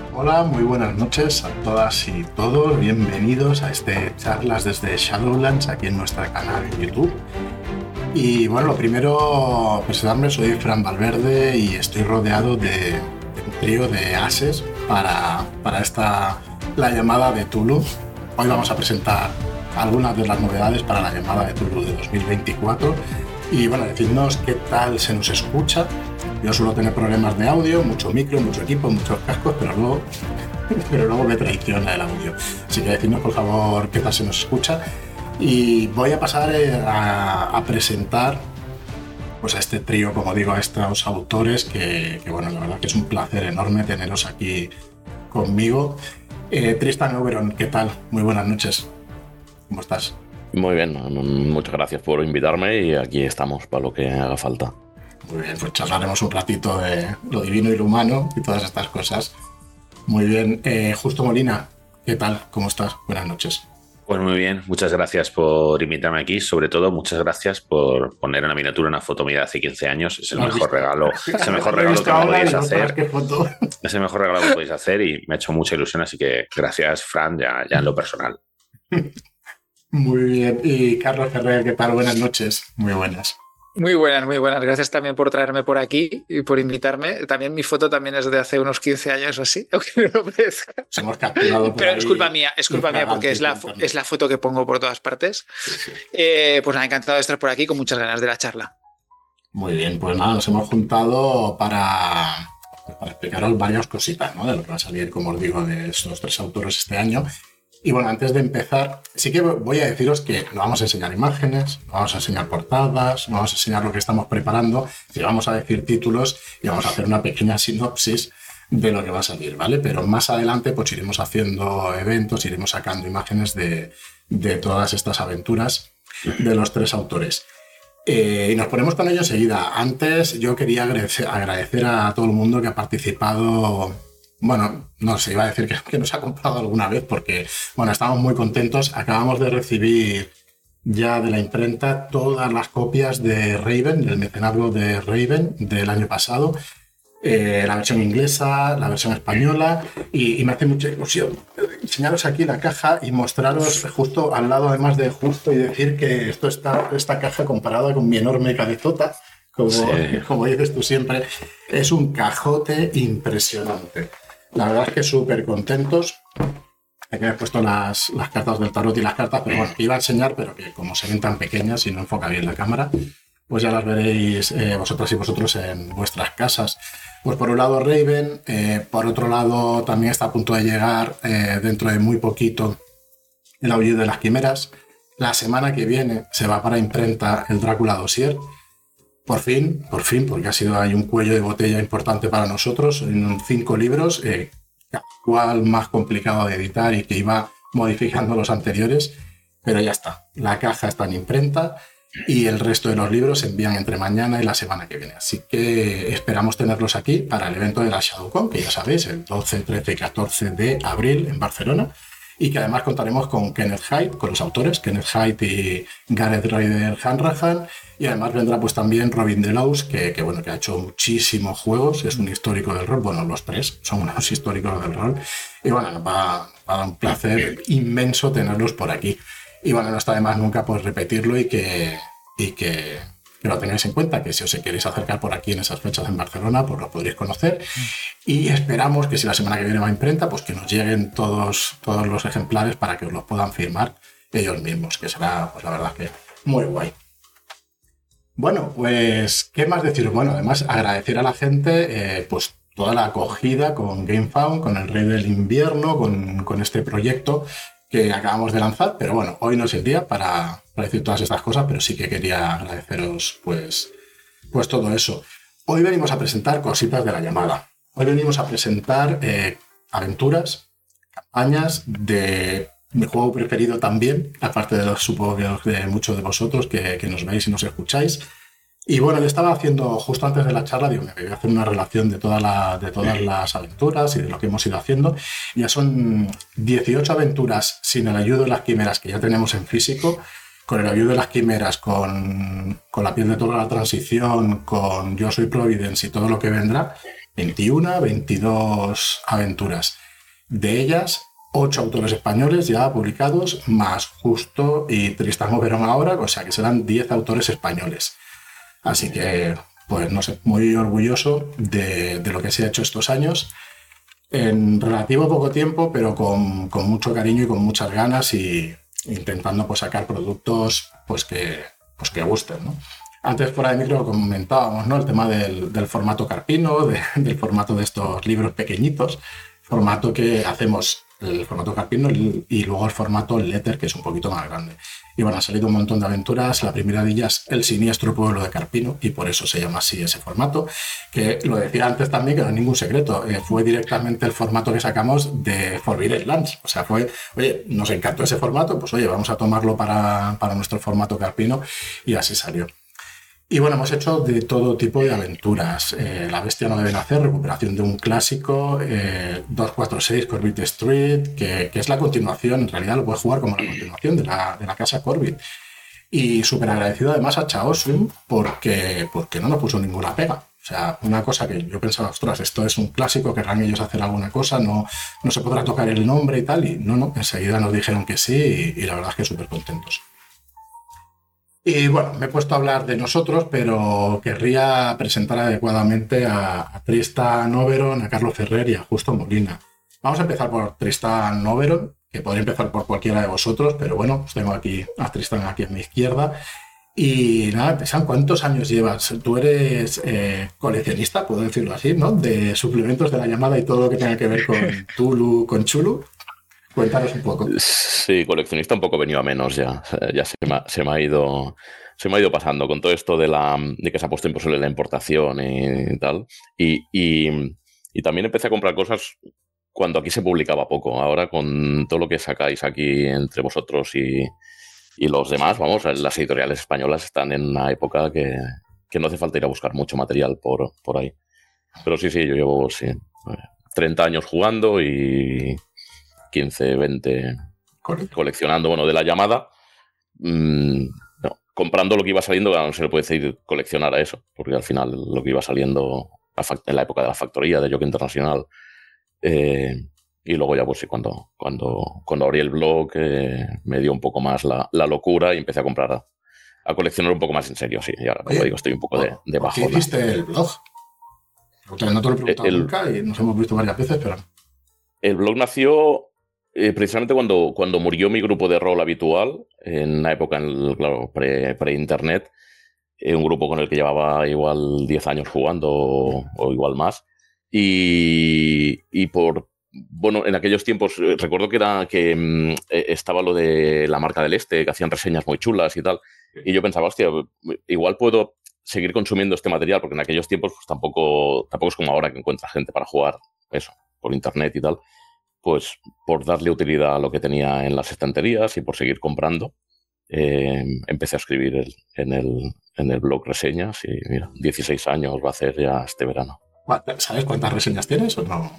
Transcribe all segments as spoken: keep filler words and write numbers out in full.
Hola, muy buenas noches a todas y todos. Bienvenidos a este charlas desde Shadowlands aquí en nuestro canal en YouTube. Y bueno, lo primero, presentarme, soy Fran Valverde y estoy rodeado de, de un trío de ases para, para esta, la llamada de Tulu. Hoy vamos a presentar algunas de las novedades para la llamada de Tulu de dos mil veinticuatro. Y bueno, decidnos qué tal se nos escucha. Yo suelo tener problemas de audio, mucho micro, mucho equipo, muchos cascos, pero luego, pero luego me traiciona el audio. Así que decidnos por favor qué tal se nos escucha. Y voy a pasar a, a presentar pues a este trío, como digo, a estos autores que, que, bueno, la verdad que es un placer enorme teneros aquí conmigo. Eh, Tristan Oberon, ¿qué tal? Muy buenas noches. ¿Cómo estás? Muy bien, muchas gracias por invitarme y aquí estamos para lo que haga falta. Muy bien, pues charlaremos un ratito de lo divino y lo humano y todas estas cosas. Muy bien, eh, Justo Molina, ¿qué tal? ¿Cómo estás? Buenas noches. Pues muy bien, muchas gracias por invitarme aquí. Sobre todo, muchas gracias por poner en la miniatura una foto mía de hace quince años. Es el mejor regalo, es el mejor regalo que me podéis hacer. Es el mejor regalo que podéis hacer y me ha hecho mucha ilusión. Así que gracias, Fran, ya, ya en lo personal. Muy bien. Y Carlos Ferrer, ¿qué tal? Buenas noches. Muy buenas. Muy buenas, muy buenas. Gracias también por traerme por aquí y por invitarme. También mi foto también es de hace unos quince años o así, aunque no lo parezca. Hemos capturado por Pero ahí. es culpa mía, es culpa mía porque es la, es la foto que pongo por todas partes. Sí, sí. Eh, pues nada, encantado de estar por aquí con muchas ganas de la charla. Muy bien, pues nada, nos hemos juntado para, para explicaros varias cositas, ¿no? De lo que va a salir, como os digo, de estos tres autores este año. Y bueno, antes de empezar, sí que voy a deciros que no vamos a enseñar imágenes, no vamos a enseñar portadas, no vamos a enseñar lo que estamos preparando, y vamos a decir títulos y vamos a hacer una pequeña sinopsis de lo que va a salir, ¿vale? Pero más adelante pues iremos haciendo eventos, iremos sacando imágenes de, de todas estas aventuras de los tres autores. Eh, y nos ponemos con ello enseguida. Antes yo quería agradecer, agradecer a todo el mundo que ha participado. Bueno, no sé, iba a decir que, que nos ha comprado alguna vez porque, bueno, estamos muy contentos. Acabamos de recibir ya de la imprenta todas las copias de Raven, del mecenazgo de Raven del año pasado. Eh, la versión inglesa, la versión española y, y me hace mucha ilusión enseñaros aquí la caja y mostraros justo al lado además de justo y decir que esto está, esta caja comparada con mi enorme cabezota, como, sí. como dices tú siempre, es un cajote impresionante. La verdad es que súper contentos. Aquí he puesto las, las cartas del tarot y las cartas, pero bueno, que iba a enseñar, pero que como se ven tan pequeñas y no enfoca bien la cámara, pues ya las veréis eh, vosotras y vosotros en vuestras casas. Pues por un lado Raven, eh, por otro lado también está a punto de llegar eh, dentro de muy poquito el Aullido de las Quimeras. La semana que viene se va para imprenta el Drácula Dossier. Por fin, por fin, porque ha sido ahí un cuello de botella importante para nosotros, en cinco libros, eh, cada cual más complicado de editar y que iba modificando los anteriores, pero ya está, la caja está en imprenta y el resto de los libros se envían entre mañana y la semana que viene. Así que esperamos tenerlos aquí para el evento de la ShadowCon, que ya sabéis, el doce, trece y catorce de abril en Barcelona, y que además contaremos con Kenneth Haidt, con los autores, Kenneth Haidt y Gareth Ryder Hanrahan, y además vendrá pues también Robin Delos, que, que, bueno, que ha hecho muchísimos juegos, es un histórico del rol, bueno, los tres son unos históricos del rol, y bueno, nos va, va a dar un placer inmenso tenerlos por aquí. Y bueno, no está de más nunca pues repetirlo y que, y que, que lo tengáis en cuenta, que si os queréis acercar por aquí en esas fechas en Barcelona, pues lo podréis conocer. Y esperamos que si la semana que viene va a imprenta, pues que nos lleguen todos, todos los ejemplares para que os los puedan firmar ellos mismos, que será, pues la verdad que muy guay. Bueno, pues, ¿qué más decir? Bueno, además agradecer a la gente, eh, pues toda la acogida con GameFound, con el Rey del Invierno, con, con este proyecto que acabamos de lanzar, pero bueno, hoy no es el día para, para decir todas estas cosas, pero sí que quería agradeceros pues, pues todo eso. Hoy venimos a presentar cositas de la llamada. Hoy venimos a presentar eh, aventuras, campañas de mi juego preferido también, aparte de los, supongo que de muchos de vosotros que, que nos veis y nos escucháis. Y bueno, yo estaba haciendo, justo antes de la charla, digo, me voy a hacer una relación de, toda la, de todas las aventuras y de lo que hemos ido haciendo. Ya son dieciocho aventuras sin el ayudo de las quimeras que ya tenemos en físico, con el ayudo de las quimeras, con, con la piel de toda la transición, con Yo Soy Providence y todo lo que vendrá. veintiuno, veintidós aventuras. De ellas, ocho autores españoles ya publicados, más Justo y Tristán Oberón ahora, o sea que serán diez autores españoles. Así que, pues no sé, muy orgulloso de, de lo que se ha hecho estos años, en relativo poco tiempo, pero con, con mucho cariño y con muchas ganas, y intentando pues sacar productos pues que, pues que gusten, ¿no? Antes fuera de micro comentábamos, ¿no?, el tema del, del formato Carpino, de, del formato de estos libros pequeñitos, formato que hacemos el formato Carpino y luego el formato Letter, que es un poquito más grande. Y bueno, ha salido un montón de aventuras. La primera de ellas, El siniestro pueblo de Carpino, y por eso se llama así ese formato, que lo decía antes también, que no es ningún secreto, eh, fue directamente el formato que sacamos de Forbidden Lands. O sea, fue, oye, nos encantó ese formato, pues oye, vamos a tomarlo para, para nuestro formato Carpino, y así salió. Y bueno, hemos hecho de todo tipo de aventuras. Eh, La bestia no debe nacer, recuperación de un clásico, eh, doscientos cuarenta y seis Corbett Street, que, que es la continuación, en realidad lo puedes jugar como la continuación de la, de la casa Corbett. Y súper agradecido además a Chaosum porque, porque no nos puso ninguna pega. O sea, una cosa que yo pensaba, ostras, esto es un clásico, querrán ellos hacer alguna cosa, no, no se podrá tocar el nombre y tal. Y no, no, enseguida nos dijeron que sí, y, y la verdad es que súper contentos. Y bueno, me he puesto a hablar de nosotros, pero querría presentar adecuadamente a, a Tristán Oberón, a Carlos Ferrer y a Justo Molina. Vamos a empezar por Tristán Oberón, que podría empezar por cualquiera de vosotros, pero bueno, pues tengo aquí a Tristán aquí a mi izquierda. Y nada, Tristán, ¿cuántos años llevas? Tú eres eh, coleccionista, puedo decirlo así, ¿no?, de suplementos de La Llamada y todo lo que tenga que ver con Tulu, con Chulu. Cuéntanos un poco. Sí, coleccionista un poco venido a menos ya. Ya se me ha, se me ha ido se me ha ido pasando con todo esto de la de que se ha puesto imposible la importación y tal. Y, y, y también empecé a comprar cosas cuando aquí se publicaba poco. Ahora con todo lo que sacáis aquí entre vosotros y, y los demás, vamos, las editoriales españolas están en una época que, que no hace falta ir a buscar mucho material por, por ahí. Pero sí, sí, yo llevo sí, treinta años jugando y quince, veinte coleccionando, bueno, de La Llamada, mmm, no, comprando lo que iba saliendo. No se le puede decir coleccionar a eso, porque al final lo que iba saliendo en la época de la factoría de Jockey Internacional, eh, y luego ya pues sí, cuando, cuando, cuando abrí el blog, eh, me dio un poco más la, la locura y empecé a comprar, a, a coleccionar un poco más en serio, sí, y ahora, como digo, estoy un poco de, de bajona. ¿Por qué hiciste el blog? No te lo he preguntado el, nunca y nos hemos visto varias veces, pero... El blog nació Eh, precisamente cuando, cuando murió mi grupo de rol habitual, en una época, en, claro, pre, pre-internet, eh, un grupo con el que llevaba igual diez años jugando o, o igual más, y, y por, bueno, en aquellos tiempos eh, recuerdo que era que mm, estaba lo de la Marca del Este, que hacían reseñas muy chulas y tal, y yo pensaba, hostia, igual puedo seguir consumiendo este material, porque en aquellos tiempos pues tampoco, tampoco es como ahora que encuentras gente para jugar eso, por internet y tal. Pues por darle utilidad a lo que tenía en las estanterías y por seguir comprando, eh, empecé a escribir el, en, el, en el blog reseñas, y mira, dieciséis años va a hacer ya este verano. ¿Sabes cuántas reseñas tienes o no?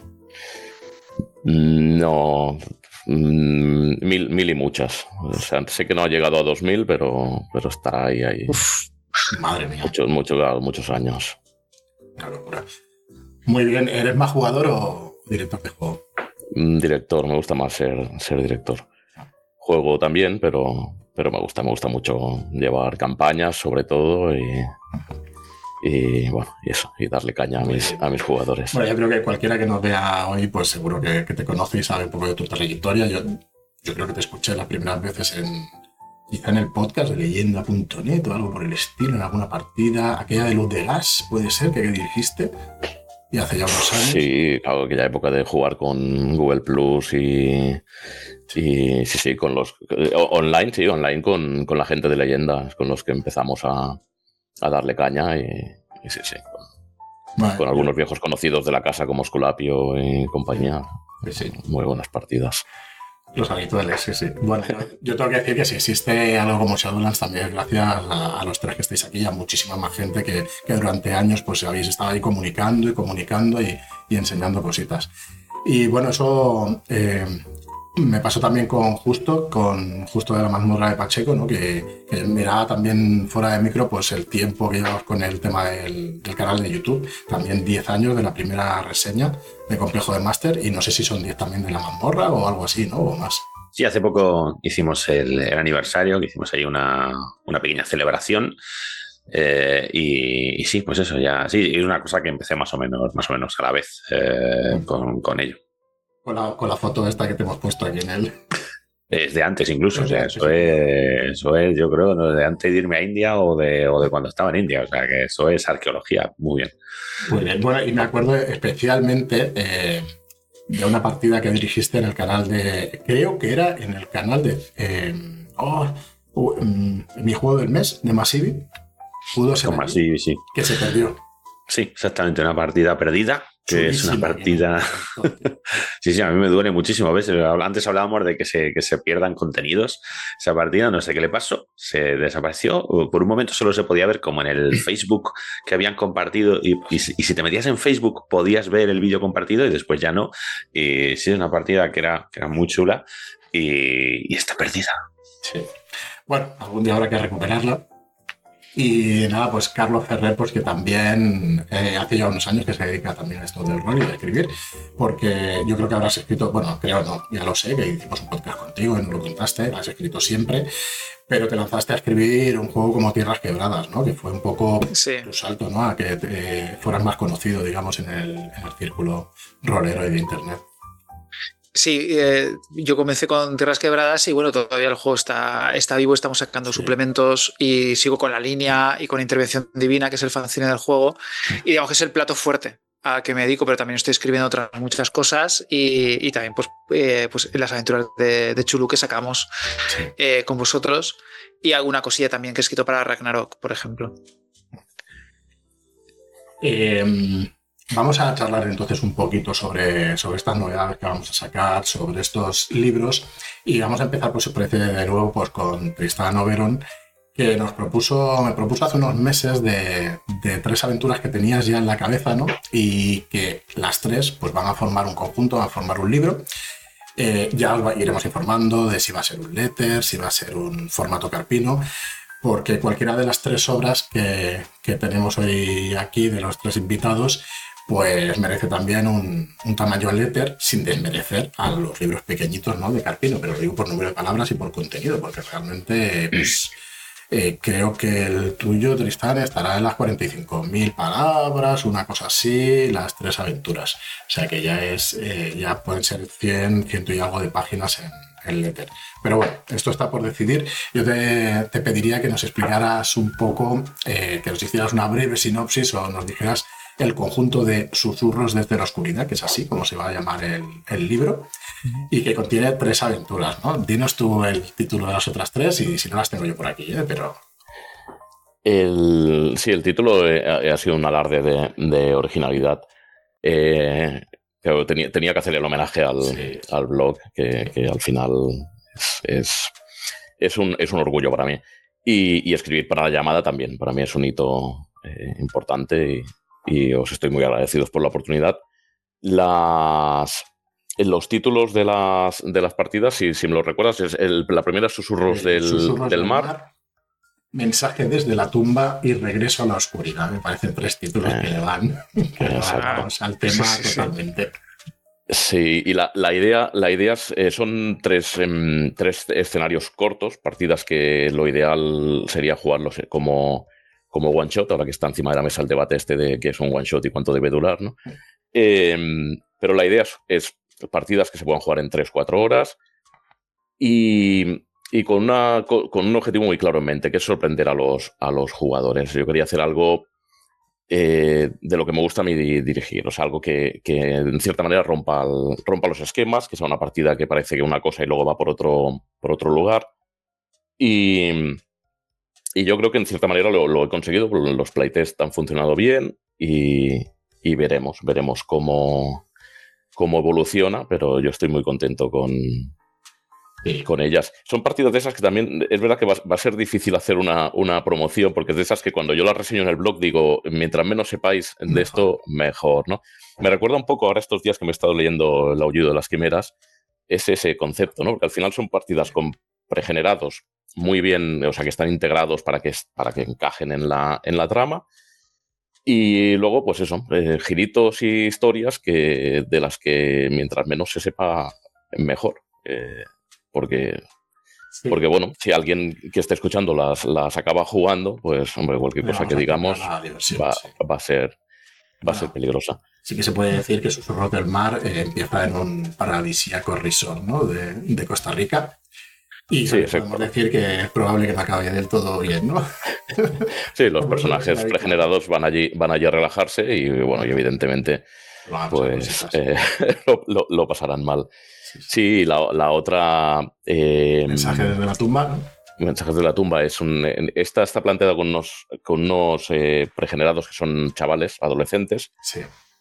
No, mil, mil y muchas. O sea, sé que no ha llegado a dos mil, pero, pero está ahí, ahí. Uf, madre mía. Muchos, muchos, muchos años. Qué locura. Muy bien, ¿eres más jugador o director de juego? Director, me gusta más ser, ser director. Juego también, pero, pero me gusta, me gusta mucho llevar campañas, sobre todo, y, y bueno, y eso, y darle caña a mis, a mis jugadores. Bueno, yo creo que cualquiera que nos vea hoy, pues seguro que, que te conoce y sabe un poco de tu trayectoria. Yo, yo creo que te escuché las primeras veces en, quizá en el podcast de leyenda punto net o algo por el estilo, en alguna partida, aquella de Luz de Gas, puede ser, que dirigiste. Y hace ya unos años. Sí, claro, aquella época de jugar con Google Plus y, y sí, sí, con los online, sí, online con, con la gente de Leyendas, con los que empezamos a, a darle caña y, y sí, sí, con, vale, con algunos viejos conocidos de la casa como Esculapio y compañía. Sí, sí. Muy buenas partidas. Los habituales, sí, sí. Bueno, yo tengo que decir que si existe algo como Shadowlands también gracias a, a los tres que estáis aquí y a muchísima más gente que, que durante años pues habéis estado ahí comunicando y comunicando y, y enseñando cositas. Y bueno, eso, eh, me pasó también con Justo, con Justo de la mazmorra de Pacheco, ¿no? Que, que miraba también fuera de micro pues el tiempo que llevamos con el tema del, del canal de YouTube. También diez años de la primera reseña de Complejo de Máster, y no sé si son diez también de la mazmorra o algo así, ¿no? O más. Sí, hace poco hicimos el, el aniversario, que hicimos ahí una, una pequeña celebración. Eh, y, y sí, pues eso, ya sí, es una cosa que empecé más o menos, más o menos a la vez eh, con, con ello. Con la, con la foto esta que te hemos puesto aquí en él. Es de antes incluso, o sea, eso es, eso es, yo creo, ¿no? De antes de irme a India o de, o de cuando estaba en India, o sea, que eso es arqueología, muy bien. Muy bien, bueno, y me acuerdo especialmente eh, de una partida que dirigiste en el canal de, creo que era en el canal de eh, oh, uh, um, mi juego del mes, de Massive, pudo ser Como así, sí. que se perdió. Sí, exactamente, una partida perdida, que Chulísima, es una partida... sí, sí, a mí me duele muchísimo. A veces, antes hablábamos de que se, que se pierdan contenidos. Esa partida, no sé qué le pasó, se desapareció. Por un momento solo se podía ver como en el Facebook que habían compartido, y, y, y si te metías en Facebook podías ver el vídeo compartido y después ya no. Y sí, es una partida que era, que era muy chula y, y está perdida. Sí. Bueno, algún día habrá que recuperarla. Y nada, pues Carlos Ferrer, pues que también eh, hace ya unos años que se dedica también a esto del rol y de escribir, porque yo creo que habrás escrito, bueno, creo no, ya lo sé, que hicimos un podcast contigo y nos lo contaste, has escrito siempre, pero te lanzaste a escribir un juego como Tierras Quebradas, ¿no? Que fue un poco sí. tu salto, ¿no? A que te fueras más conocido, digamos, en el, en el círculo rolero y de internet. Sí, eh, yo comencé con Tierras Quebradas y bueno, todavía el juego está, está vivo, estamos sacando sí. suplementos y sigo con la línea y con Intervención Divina, que es el fanzine del juego, y digamos que es el plato fuerte a que me dedico, pero también estoy escribiendo otras muchas cosas y, y también pues, eh, pues las aventuras de, de Chulu que sacamos sí. eh, con vosotros, y alguna cosilla también que he escrito para Ragnarok, por ejemplo. Eh... Vamos a charlar entonces un poquito sobre, sobre estas novedades que vamos a sacar, sobre estos libros, y vamos a empezar, pues, si parece, de nuevo pues, con Tristán Oberon, que nos propuso, me propuso hace unos meses de, de tres aventuras que tenías ya en la cabeza, ¿no? Y que las tres pues, van a formar un conjunto, van a formar un libro. Eh, ya os iremos informando de si va a ser un letter, si va a ser un formato carpino, porque cualquiera de las tres obras que, que tenemos hoy aquí, de los tres invitados, pues merece también un, un tamaño en letter, sin desmerecer a los libros pequeñitos, ¿no? De Carpino, pero lo digo por número de palabras y por contenido, porque realmente pues, eh, creo que el tuyo, Tristán, estará en las cuarenta y cinco mil palabras, una cosa así, las tres aventuras. O sea que ya es eh, ya pueden ser cien, ciento y algo de páginas en el letter. Pero bueno, esto está por decidir. Yo te, te pediría que nos explicaras un poco, eh, que nos hicieras una breve sinopsis o nos dijeras el conjunto de Susurros desde la oscuridad, que es así como se va a llamar el, el libro, uh-huh. y que contiene tres aventuras, ¿no? Dinos tú el título de las otras tres y si no las tengo yo por aquí, ¿eh? Pero... El, sí, el título ha, ha sido un alarde de, de originalidad. Eh, tenía, tenía que hacer el homenaje al, sí. al blog, que, que al final es, es, es, un, es un orgullo para mí. Y, y escribir para la llamada también, para mí es un hito eh, importante y, y os estoy muy agradecidos por la oportunidad. Las, los títulos de las, de las partidas, si, si me lo recuerdas, es el, la primera es Susurros, del, Susurros del, del mar. mar. Mensaje desde la tumba y Regreso a la oscuridad. Me parecen tres títulos eh, que le van, que le van al tema sí, sí, totalmente. Sí, y la, la idea, la idea es, eh, son tres, eh, tres escenarios cortos, partidas que lo ideal sería jugarlos como... como one shot, ahora que está encima de la mesa el debate este de qué es un one shot y cuánto debe durar, ¿no? Eh, pero la idea es, es partidas que se puedan jugar en tres cuatro horas y, y con, una, con, con un objetivo muy claro en mente, que es sorprender a los, a los jugadores. Yo quería hacer algo eh, de lo que me gusta a mí dirigir, o sea, algo que, que en cierta manera rompa, el, rompa los esquemas, que sea una partida que parece que una cosa y luego va por otro, por otro lugar. Y... Y yo creo que en cierta manera lo, lo he conseguido, los playtests han funcionado bien y, y veremos, veremos cómo, cómo evoluciona, pero yo estoy muy contento con, sí. con ellas. Son partidas de esas que también, es verdad que va, va a ser difícil hacer una, una promoción, porque es de esas que cuando yo las reseño en el blog digo, mientras menos sepáis de esto, mejor, ¿no? Me recuerda un poco ahora estos días que me he estado leyendo El aullido de las quimeras, es ese concepto, ¿no? Porque al final son partidas con pregenerados muy bien, o sea, que están integrados para que, para que encajen en la, en la trama. Y luego, pues eso, eh, giritos y historias que, de las que mientras menos se sepa, mejor. Eh, porque, sí. porque, bueno, si alguien que esté escuchando las, las acaba jugando, pues, hombre, cualquier cosa que digamos va, sí. va a ser, va a ser peligrosa. Sí que se puede decir que Susurros del Mar eh, empieza en un paradisíaco resort, ¿no? de, de Costa Rica. Y sí, podemos decir que es probable que no acabe del todo bien, ¿no? Sí, los personajes pregenerados van allí, van allí a relajarse y, bueno, y evidentemente pues eh, lo, lo, lo pasarán mal. Sí, sí. sí la, la otra... Eh, Mensajes desde la tumba, ¿no? Mensajes de la tumba es un... Esta está planteada con unos, con unos eh, pregenerados que son chavales, adolescentes. Sí.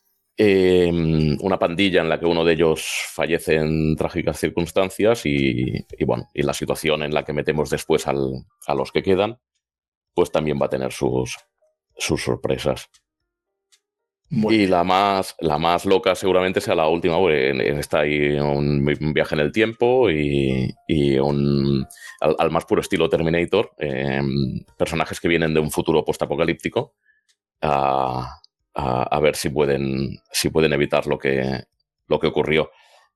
Eh, una pandilla en la que uno de ellos fallece en trágicas circunstancias y, y bueno, y la situación en la que metemos después al, a los que quedan, pues también va a tener sus, sus sorpresas. Muy y bien. la más, la más loca seguramente sea la última, porque está ahí un, un viaje en el tiempo y, y un, al, al más puro estilo Terminator, eh, personajes que vienen de un futuro postapocalíptico a... A, a ver si pueden, si pueden evitar lo que, lo que ocurrió.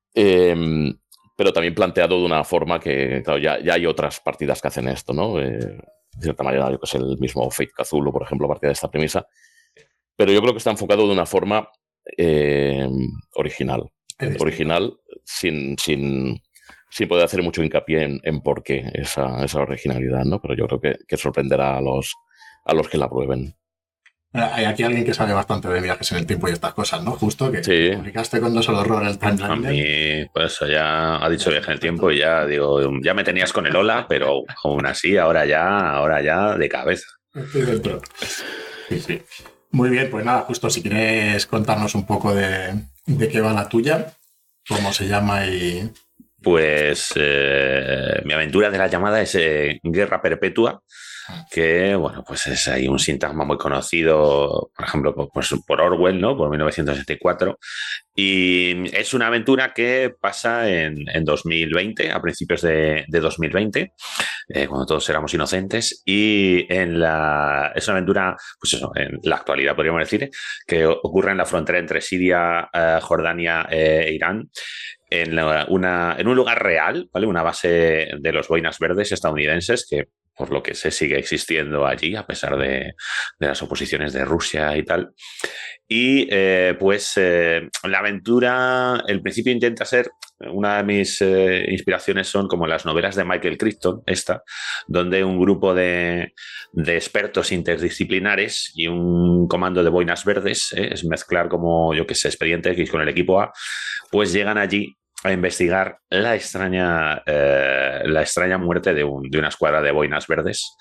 Eh, pero también planteado de una forma que, claro, ya, ya hay otras partidas que hacen esto, ¿no? Eh, de cierta manera, yo que sé, el mismo Fate Cthulhu, por ejemplo, a partir de esta premisa. Pero yo creo que está enfocado de una forma eh, original. Original, sin, sin, sin poder hacer mucho hincapié en, en por qué esa, esa originalidad, ¿no? Pero yo creo que, que sorprenderá a los, a los que la prueben. Hay aquí alguien que sabe bastante de viajes en el tiempo y estas cosas, ¿no? Justo que sí. publicaste con No Solo Horror el Timeline. A mí, pues ya ha dicho viaje en el tiempo y ya digo, ya me tenías con el hola, pero aún así, ahora ya, ahora ya de cabeza. Estoy dentro. Sí, sí. Muy bien, pues nada, justo si quieres contarnos un poco de, de qué va la tuya, cómo se llama y... Pues eh, mi aventura de la llamada es eh, Guerra Perpetua, que, bueno, pues es ahí un sintagma muy conocido, por ejemplo, pues por Orwell, ¿no? Por mil novecientos sesenta y cuatro. Y es una aventura que pasa en, en dos mil veinte, a principios de, de dos mil veinte, eh, cuando todos éramos inocentes. Y en la, es una aventura, pues eso, en la actualidad, podríamos decir, que ocurre en la frontera entre Siria, eh, Jordania e Irán. En, la, una, en un lugar real, ¿vale? Una base de los boinas verdes estadounidenses que, por lo que se sigue existiendo allí, a pesar de, de las oposiciones de Rusia y tal. Y eh, pues eh, la aventura, el principio intenta ser, una de mis eh, inspiraciones son como las novelas de Michael Crichton, esta, donde un grupo de, de expertos interdisciplinares y un comando de boinas verdes, eh, es mezclar como, yo qué sé, Expediente X con el equipo A, pues llegan allí a investigar la extraña, eh, la extraña muerte de, un, de una escuadra de boinas verdes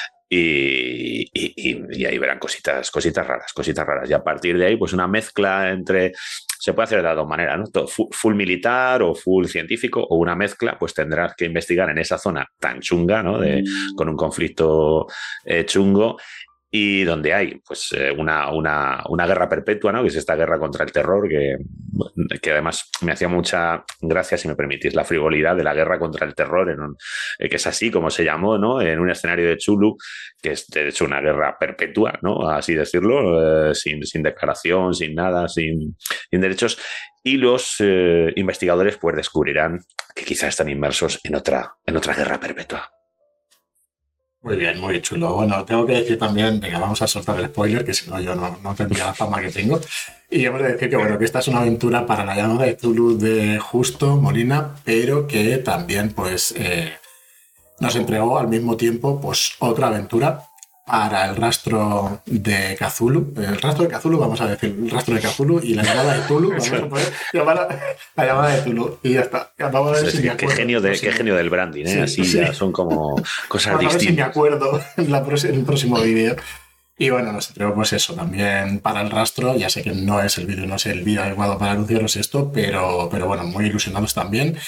y, y, y ahí verán cositas, cositas raras, cositas raras. Y a partir de ahí, pues una mezcla entre... Se puede hacer de las dos maneras, ¿no? Full, full militar o full científico o una mezcla, pues tendrás que investigar en esa zona tan chunga, ¿no? De, con un conflicto eh, chungo. Y donde hay pues una, una, una guerra perpetua, ¿no? Que es esta guerra contra el terror, que, que además me hacía mucha gracia, si me permitís, la frivolidad de la guerra contra el terror, en un, que es así como se llamó, ¿no? En un escenario de Chulu, que es de hecho una guerra perpetua, ¿no? Así decirlo, eh, sin, sin declaración, sin nada, sin, sin derechos. Y los eh, investigadores pues descubrirán que quizás están inmersos en otra, en otra guerra perpetua. Muy bien, muy chulo. Bueno, tengo que decir también, venga, vamos a soltar el spoiler, que si no yo no, no tendría la fama que tengo. Y hemos de decir que, bueno, que esta es una aventura para la llamada de Cthulhu de Justo Molina, pero que también, pues, eh, nos entregó al mismo tiempo, pues, otra aventura para el rastro de Cthulhu. El rastro de Cthulhu, vamos a decir, el rastro de Cthulhu y la llamada de Cthulhu, vamos a poner llamada, la llamada de Cthulhu y ya está. Vamos a ver sí, si me qué, genio de, qué genio del branding, ¿eh? Sí, Así sí. Ya son como cosas vamos distintas. A ver si me acuerdo en, la, en el próximo vídeo. Y bueno, nos entregó pues eso también para el rastro. Ya sé que no es el vídeo, no es el vídeo adecuado para anunciaros esto, pero, pero bueno, muy ilusionados también.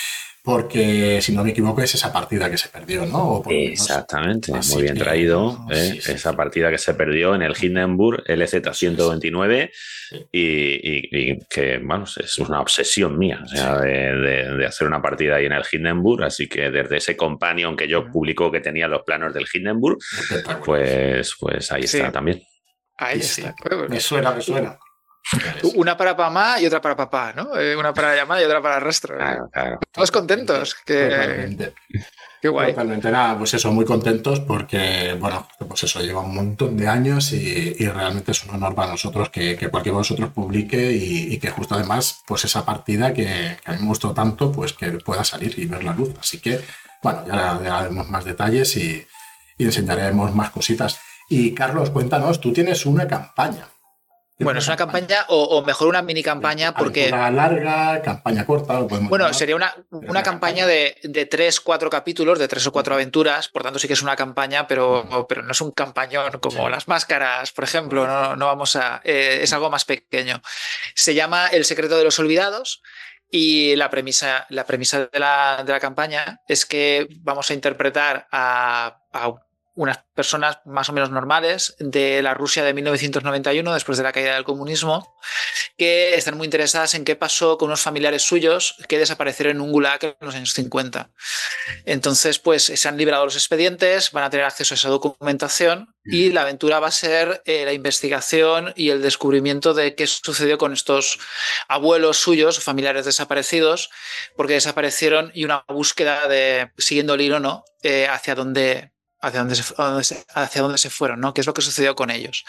porque, si no me equivoco, es esa partida que se perdió, ¿no? O Exactamente, muy bien que, traído. ¿eh? Sí, sí, esa sí. partida que se perdió en el Hindenburg L Z ciento veintinueve sí. y, y, y que, bueno, es una obsesión mía, o sea, sí. de, de, de hacer una partida ahí en el Hindenburg, así que desde ese companion que yo publicó que tenía los planos del Hindenburg, pues, pues ahí sí. está también. Ahí sí, está. Sí. Me suena, me suena. Una para mamá y otra para papá, ¿no? Una para la llamada y otra para el rastro. Claro, claro. Todos contentos. Que... Totalmente. Qué guay. Totalmente. Nada, pues eso, muy contentos porque, bueno, pues eso, lleva un montón de años y, y realmente es un honor para nosotros que, que cualquiera de vosotros publique y, y que justo además, pues esa partida que, que a mí me gustó tanto, pues que pueda salir y ver la luz. Así que, bueno, ya, ya haremos más detalles y, y enseñaremos más cositas. Y Carlos, cuéntanos, tú tienes una campaña. Bueno, es una campaña o, o mejor una mini campaña porque... Una larga, campaña corta. Lo podemos bueno, llamar. sería una, una, una campaña de, de tres, cuatro capítulos, de tres o cuatro aventuras, por tanto sí que es una campaña, pero, uh-huh. pero no es un campañón como sí. Las Máscaras, por ejemplo, no, no vamos a... Eh, es algo más pequeño. Se llama El secreto de los olvidados y la premisa, la premisa de, la, de la campaña es que vamos a interpretar a... a unas personas más o menos normales de la Rusia de mil novecientos noventa y uno, después de la caída del comunismo, que están muy interesadas en qué pasó con unos familiares suyos que desaparecieron en un gulag en los años cincuenta. Entonces, pues se han librado los expedientes, van a tener acceso a esa documentación y la aventura va a ser eh, la investigación y el descubrimiento de qué sucedió con estos abuelos suyos, familiares desaparecidos, porque desaparecieron y una búsqueda de, siguiendo el hilo, ¿no? Eh, hacia dónde... Hacia dónde, se, hacia dónde se fueron, ¿no? ¿Qué es lo que sucedió con ellos?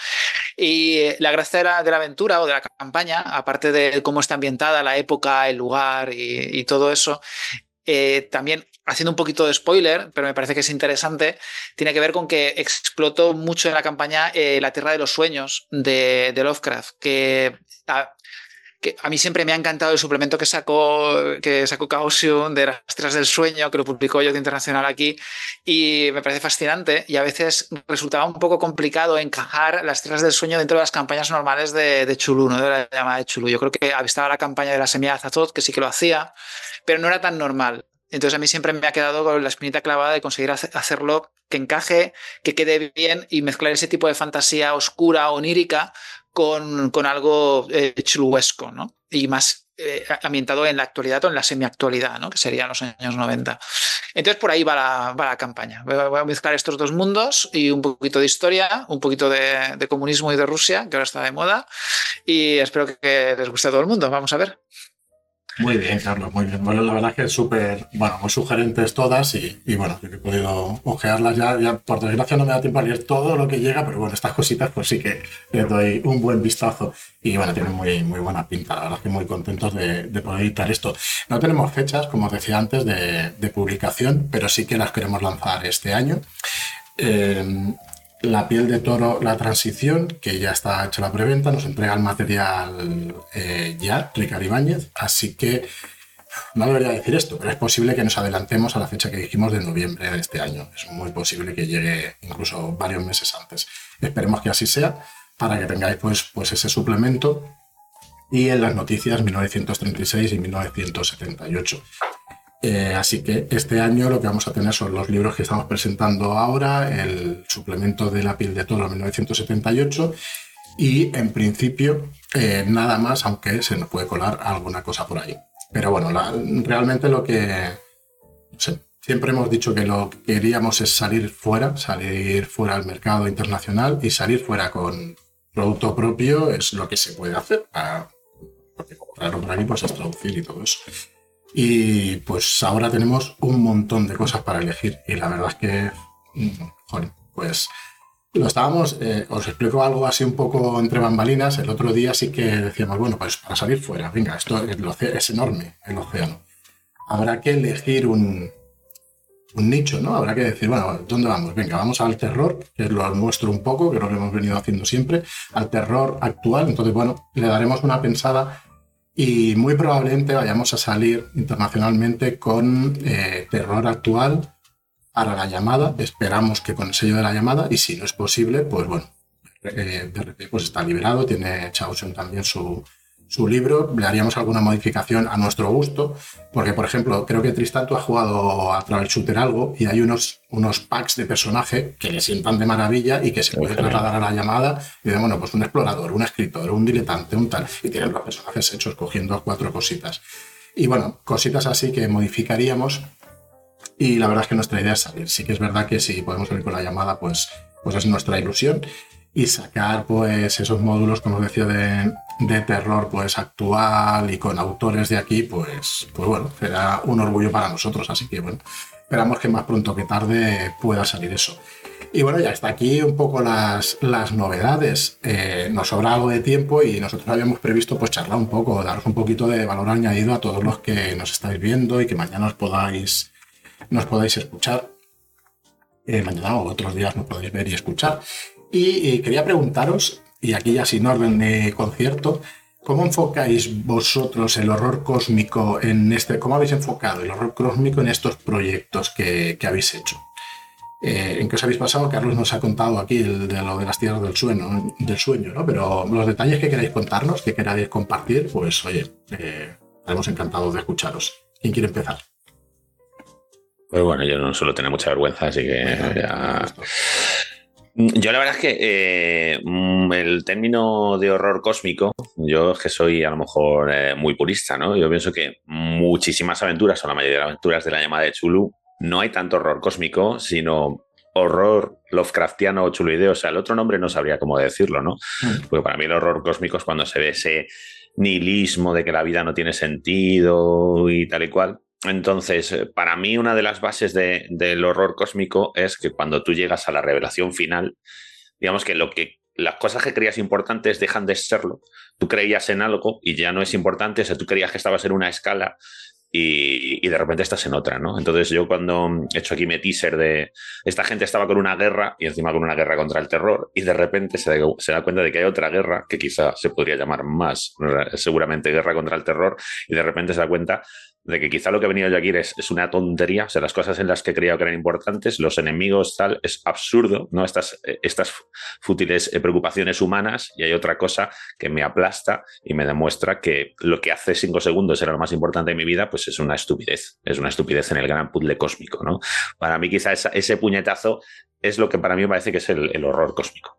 Y la gracia de la, de la aventura o de la campaña, aparte de cómo está ambientada la época, el lugar y, y todo eso, eh, también haciendo un poquito de spoiler, pero me parece que es interesante, tiene que ver con que explotó mucho en la campaña eh, la Tierra de los Sueños de, de Lovecraft, que... A, que a mí siempre me ha encantado el suplemento que sacó que sacó Chaosium de las Tierras del Sueño, que lo publicó Yodo Internacional aquí, y me parece fascinante, y a veces resultaba un poco complicado encajar las Tierras del Sueño dentro de las campañas normales de, de Chulú, ¿no? De la llamada de Chulú. Yo creo que estaba la campaña de la Semilla de Azathoth, que sí que lo hacía, pero no era tan normal. Entonces a mí siempre me ha quedado con la espinita clavada de conseguir hacerlo que encaje, que quede bien y mezclar ese tipo de fantasía oscura, onírica, Con, con algo eh, chuluesco, ¿no? Y más eh, ambientado en la actualidad o en la semiactualidad, ¿no? Que serían los años noventa. Entonces por ahí va la, va la campaña. Voy a mezclar estos dos mundos y un poquito de historia, un poquito de, de comunismo y de Rusia, que ahora está de moda, y espero que les guste a todo el mundo. Vamos a ver. Muy bien, Carlos, muy bien. Bueno, la verdad es que es súper, bueno, muy sugerentes todas y, y bueno, yo he podido ojearlas ya, ya. Por desgracia no me da tiempo a leer todo lo que llega, pero bueno, estas cositas pues sí que les doy un buen vistazo y bueno, tienen muy, muy buena pinta. La verdad es que muy contentos de, de poder editar esto. No tenemos fechas, como os decía antes, de, de publicación, pero sí que las queremos lanzar este año. Eh, La piel de toro, la transición, que ya está hecha la preventa, nos entrega el material eh, ya, Ricard Ibáñez, así que no debería decir esto, pero es posible que nos adelantemos a la fecha que dijimos de noviembre de este año. Es muy posible que llegue incluso varios meses antes. Esperemos que así sea, para que tengáis pues, pues ese suplemento y en las noticias mil novecientos treinta y seis y mil novecientos setenta y ocho. Eh, así que este año lo que vamos a tener son los libros que estamos presentando ahora, el suplemento de La piel de toro mil novecientos setenta y ocho y en principio eh, nada más, aunque se nos puede colar alguna cosa por ahí. Pero bueno, la, realmente lo que... No sé, siempre hemos dicho que lo que queríamos es salir fuera, salir fuera al mercado internacional y salir fuera con producto propio es lo que se puede hacer. Para, porque comprarlo por aquí pues es traducir y todo eso. Y pues ahora tenemos un montón de cosas para elegir y la verdad es que, joder, pues lo estábamos, eh, os explico algo así un poco entre bambalinas. El otro día sí que decíamos, bueno, pues para salir fuera, venga, esto el océano, es enorme, el océano. Habrá que elegir un, un nicho, ¿no? Habrá que decir, bueno, ¿dónde vamos? Venga, vamos al terror, que es lo nuestro un poco, que es lo que hemos venido haciendo siempre, al terror actual. Entonces, bueno, le daremos una pensada y muy probablemente vayamos a salir internacionalmente con eh, terror actual para La Llamada. Esperamos que con el sello de La Llamada, y si no es posible, pues bueno, eh, D R P pues está liberado, tiene Chaosium también su, su libro, le haríamos alguna modificación a nuestro gusto, porque, por ejemplo, creo que Tristan, tú has jugado a Travel Shooter algo y hay unos, unos packs de personaje que le sientan de maravilla y que se puede trasladar a la llamada y de, bueno, pues un explorador, un escritor, un diletante, un tal, y tienen los personajes hechos cogiendo cuatro cositas. Y bueno, cositas así que modificaríamos y la verdad es que nuestra idea es salir. Sí que es verdad que si podemos salir con la llamada, pues, pues es nuestra ilusión. Y sacar pues esos módulos, como os decía, de, de terror pues actual y con autores de aquí, pues, pues bueno, será un orgullo para nosotros. Así que bueno, esperamos que más pronto que tarde pueda salir eso. Y bueno, ya está aquí un poco las, las novedades. Eh, nos sobra algo de tiempo y nosotros habíamos previsto pues charlar un poco, daros un poquito de valor añadido a todos los que nos estáis viendo y que mañana os podáis, nos podáis escuchar. Eh, mañana o otros días nos podéis ver y escuchar. Y, y quería preguntaros, y aquí ya sin orden de concierto, ¿cómo enfocáis vosotros el horror cósmico en este, cómo habéis enfocado el horror cósmico en estos proyectos que, que habéis hecho? Eh, ¿En qué os habéis pasado? Carlos nos ha contado aquí el de lo de las tierras del sueño, del sueño, ¿no? Pero los detalles que queráis contarnos, que queráis compartir, pues oye, eh, estaremos encantados de escucharos. ¿Quién quiere empezar? Pues bueno, yo no suelo tener mucha vergüenza, así que bueno, ya... Yo la verdad es que eh, el término de horror cósmico, yo es que soy a lo mejor eh, muy purista, ¿no? Yo pienso que muchísimas aventuras, o la mayoría de las aventuras de la llamada de Cthulhu, no hay tanto horror cósmico, sino horror Lovecraftiano o chuluideo. O sea, el otro nombre no sabría cómo decirlo, ¿no? Porque para mí el horror cósmico es cuando se ve ese nihilismo de que la vida no tiene sentido y tal y cual. Entonces, para mí una de las bases de, del horror cósmico es que cuando tú llegas a la revelación final, digamos que, lo que las cosas que creías importantes dejan de serlo. Tú creías en algo y ya no es importante, o sea, tú creías que estabas en una escala y, y de repente estás en otra, ¿no? Entonces yo cuando he hecho aquí mi teaser de esta gente estaba con una guerra y encima con una guerra contra el terror y de repente se da, se da cuenta de que hay otra guerra que quizá se podría llamar más, seguramente guerra contra el terror, y de repente se da cuenta de que quizá lo que he venido yo aquí es, es una tontería, o sea, las cosas en las que creía que eran importantes, los enemigos, tal, es absurdo, ¿no? Estas, estas fútiles preocupaciones humanas, y hay otra cosa que me aplasta y me demuestra que lo que hace cinco segundos era lo más importante de mi vida, pues es una estupidez, es una estupidez en el gran puzzle cósmico, ¿no? Para mí quizá esa, ese puñetazo es lo que para mí me parece que es el, el horror cósmico.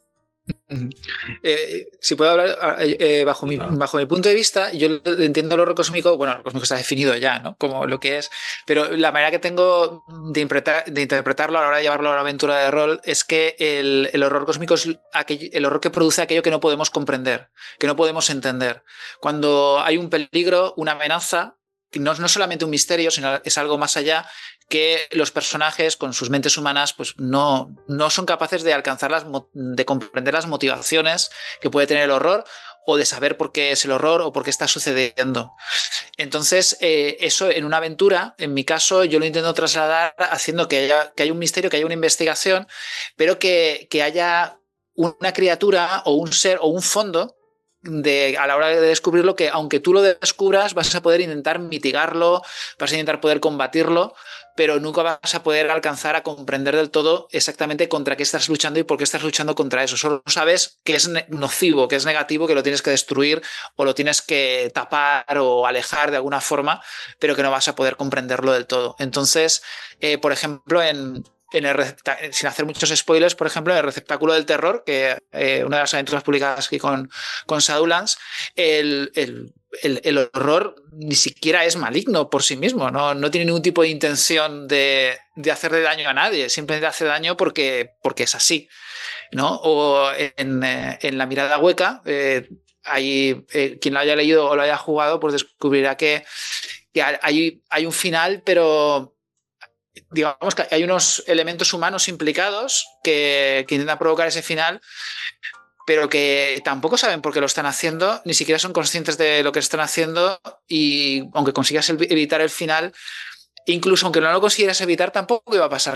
Eh, si puedo hablar eh, bajo, mi, bajo mi punto de vista, yo entiendo el horror cósmico, bueno, el horror cósmico está definido ya, ¿no? Como lo que es, pero la manera que tengo de, interpretar, de interpretarlo a la hora de llevarlo a una aventura de rol es que el, el horror cósmico es aquel, el horror que produce aquello que no podemos comprender, que no podemos entender. Cuando hay un peligro, una amenaza, no, no solamente un misterio, sino es algo más allá, que los personajes con sus mentes humanas pues no, no son capaces de alcanzar las, de comprender las motivaciones que puede tener el horror, o de saber por qué es el horror o por qué está sucediendo. Entonces, eh, eso en una aventura, en mi caso, yo lo intento trasladar haciendo que haya, que haya un misterio, que haya una investigación, pero que, que haya una criatura o un ser o un fondo de, a la hora de descubrirlo, que aunque tú lo descubras vas a poder intentar mitigarlo, vas a intentar poder combatirlo, pero nunca vas a poder alcanzar a comprender del todo exactamente contra qué estás luchando y por qué estás luchando contra eso. Solo sabes que es nocivo, que es negativo, que lo tienes que destruir o lo tienes que tapar o alejar de alguna forma, pero que no vas a poder comprenderlo del todo. Entonces, eh, por ejemplo, en... En el, sin hacer muchos spoilers, por ejemplo, en el receptáculo del terror, que eh, una de las aventuras publicadas aquí con, con Shadowlands, el, el, el, el horror ni siquiera es maligno por sí mismo, no, no tiene ningún tipo de intención de, de hacerle daño a nadie, simplemente hace daño porque, porque es así, ¿no? O en, en La mirada hueca, eh, hay, eh, quien lo haya leído o lo haya jugado, pues descubrirá que, que hay, hay un final, pero digamos que hay unos elementos humanos implicados que, que intentan provocar ese final, pero que tampoco saben por qué lo están haciendo, ni siquiera son conscientes de lo que están haciendo, y aunque consigas evitar el final, incluso aunque no lo consiguieras evitar, tampoco iba a pasar gran,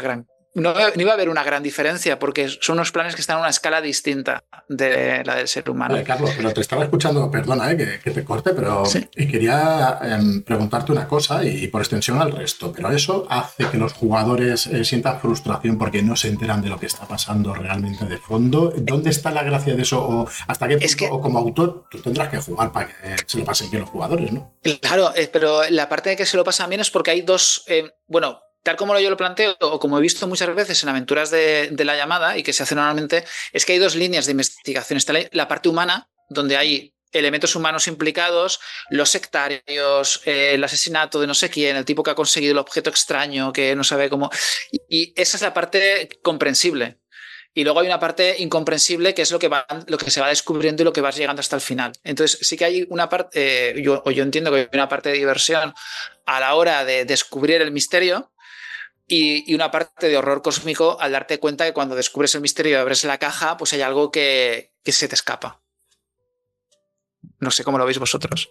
no, no iba a haber una gran diferencia porque son unos planes que están a una escala distinta de la del ser humano. Vale, Carlos, pero te estaba escuchando, perdona eh, que, que te corte, pero ¿sí? quería eh, preguntarte una cosa y, y por extensión al resto, pero eso hace que los jugadores eh, sientan frustración porque no se enteran de lo que está pasando realmente de fondo. ¿Dónde está la gracia de eso? ¿O hasta qué punto, es que, o como autor, tú tendrás que jugar para que eh, se lo pasen bien los jugadores, ¿no? Claro, eh, pero la parte de que se lo pasan bien es porque hay dos, eh, bueno... Tal como yo lo planteo, o como he visto muchas veces en aventuras de, de la llamada y que se hace normalmente, es que hay dos líneas de investigación. Está la, la parte humana, donde hay elementos humanos implicados, los sectarios, eh, el asesinato de no sé quién, el tipo que ha conseguido el objeto extraño, que no sabe cómo... Y, y esa es la parte comprensible. Y luego hay una parte incomprensible que es lo que, va, lo que se va descubriendo y lo que vas llegando hasta el final. Entonces sí que hay una parte, eh, yo, o yo entiendo que hay una parte de diversión a la hora de descubrir el misterio, Y, y una parte de horror cósmico al darte cuenta que cuando descubres el misterio y abres la caja, pues hay algo que, que se te escapa. No sé cómo lo veis vosotros.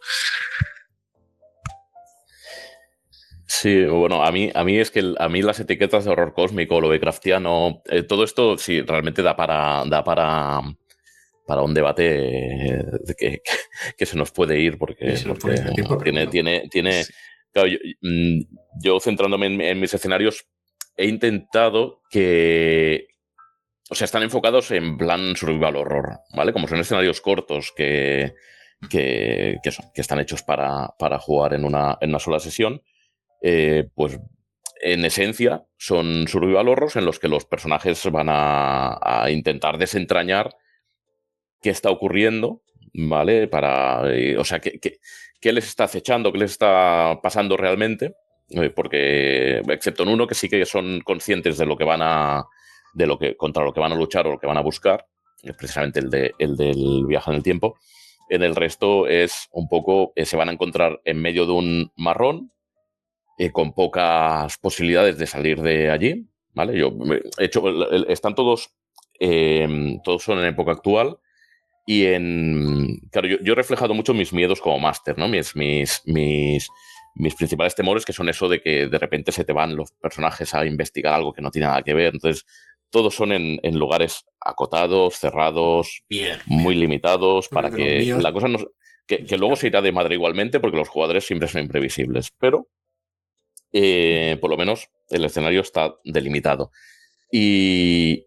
Sí, bueno, a mí, a mí es que el, a mí las etiquetas de horror cósmico, lo Lovecraftiano, eh, todo esto sí realmente da para, da para, para un debate de que, que se nos puede ir porque, sí, porque puede tiempo, tiene, no. tiene, tiene sí. Claro, yo, yo centrándome en, en mis escenarios he intentado que, o sea, están enfocados en plan survival horror, ¿vale? Como son escenarios cortos que, que, que, son, que están hechos para, para jugar en una, en una sola sesión, eh, pues en esencia son survival horrors en los que los personajes van a, a intentar desentrañar qué está ocurriendo, ¿vale? Para, eh, o sea, qué, qué, qué les está acechando, qué les está pasando realmente, eh, porque excepto en uno que sí que son conscientes de lo que van a, de lo que contra lo que van a luchar o lo que van a buscar, es precisamente el de el del viaje en el tiempo. En el resto es un poco eh, se van a encontrar en medio de un marrón eh, con pocas posibilidades de salir de allí, ¿vale? Yo he hecho están todos eh, todos son en época actual. Y en. Claro, yo, yo he reflejado mucho mis miedos como máster, ¿no? Mis, mis, mis, mis principales temores, que son eso de que de repente se te van los personajes a investigar algo que no tiene nada que ver. Entonces, todos son en, en lugares acotados, cerrados, bien, muy bien. limitados, para que míos... la cosa no. Que, que luego se irá de madre igualmente, porque los jugadores siempre son imprevisibles. Pero, eh, por lo menos, el escenario está delimitado. Y.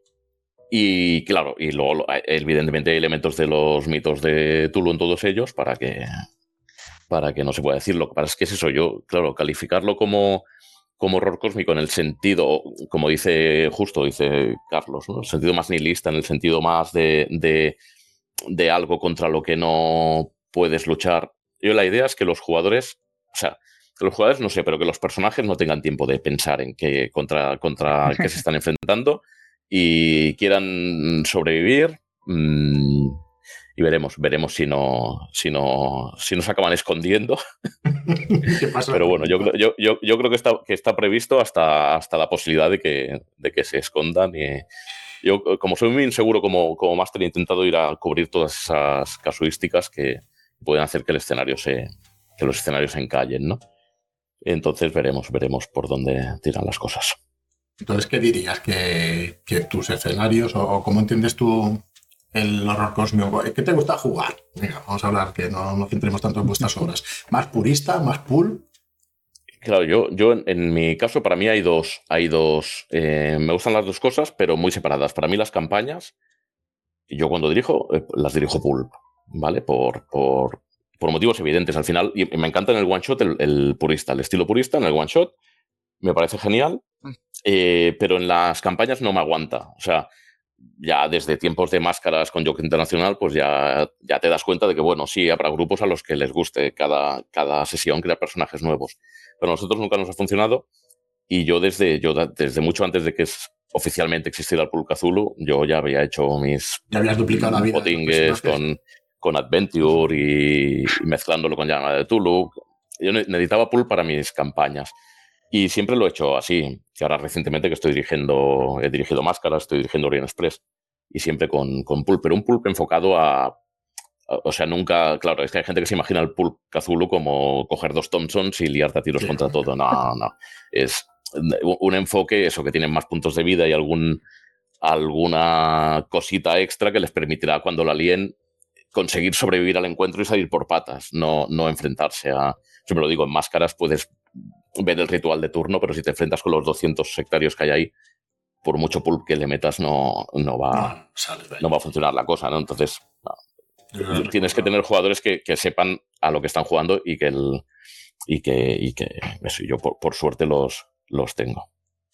Y claro, y luego evidentemente hay elementos de los mitos de Tulu en todos ellos para que, para que no se pueda decir. Lo que pasa es que es eso, yo, claro, calificarlo como, como horror cósmico en el sentido, como dice justo, dice Carlos, ¿no? El sentido más nihilista, en el sentido más de, de, de algo contra lo que no puedes luchar. Yo la idea es que los jugadores, o sea, que los jugadores, no sé, pero que los personajes no tengan tiempo de pensar en qué contra, contra qué se están enfrentando y quieran sobrevivir mmm, y veremos, veremos si no, si no, si no se acaban escondiendo. ¿Qué pasa? Pero bueno, yo, yo, yo, yo creo que está, que está previsto hasta, hasta la posibilidad de que, de que se escondan. Y yo, como soy muy inseguro como, como máster, he intentado ir a cubrir todas esas casuísticas que pueden hacer que el escenario se, que los escenarios se encallen, ¿no? Entonces veremos, veremos por dónde tiran las cosas. Entonces, ¿qué dirías? ¿Que, que tus escenarios o, o cómo entiendes tú el horror cósmico? ¿Qué te gusta jugar? Venga, vamos a hablar, que no nos centremos tanto en vuestras obras. ¿Más purista? ¿Más pool? Claro, yo, yo en, en mi caso, para mí hay dos. Hay dos eh, me gustan las dos cosas, pero muy separadas. Para mí las campañas, yo cuando dirijo, eh, las dirijo pulp, ¿vale? Por, por, por motivos evidentes. Al final, y me encanta en el one-shot el, el purista, el estilo purista en el one-shot. Me parece genial. Eh, pero en las campañas no me aguanta. O sea, ya desde tiempos de máscaras con Joke Internacional, pues ya, ya te das cuenta de que, bueno, sí, habrá grupos a los que les guste cada, cada sesión crear personajes nuevos. Pero a nosotros nunca nos ha funcionado y yo desde, yo desde mucho antes de que oficialmente existiera el Pulp Cthulhu, yo ya había hecho mis ya habías duplicado la vida botingues con, con Adventure y, y mezclándolo con Llamada de Tulu. Yo necesitaba Pulp para mis campañas. Y siempre lo he hecho así, que ahora recientemente que estoy dirigiendo, he dirigido Máscaras, estoy dirigiendo Orient Express, y siempre con, con pulp, pero un pulp enfocado a, a, o sea, nunca, claro, es que hay gente que se imagina el Pulp Cthulhu como coger dos Thompsons y liarte a tiros sí, contra todo, no, no, es, un enfoque, eso, que tienen más puntos de vida y algún, alguna cosita extra que les permitirá cuando la líen conseguir sobrevivir al encuentro y salir por patas, no, no enfrentarse a... Siempre lo digo, en máscaras puedes ver el ritual de turno, pero si te enfrentas con los doscientos sectarios que hay ahí, por mucho pulp que le metas no, no, va, no, no va a funcionar la cosa, ¿no? Entonces, no, tienes que tener jugadores que, que sepan a lo que están jugando y que, el, y que, y que eso, yo por, por suerte los, los tengo.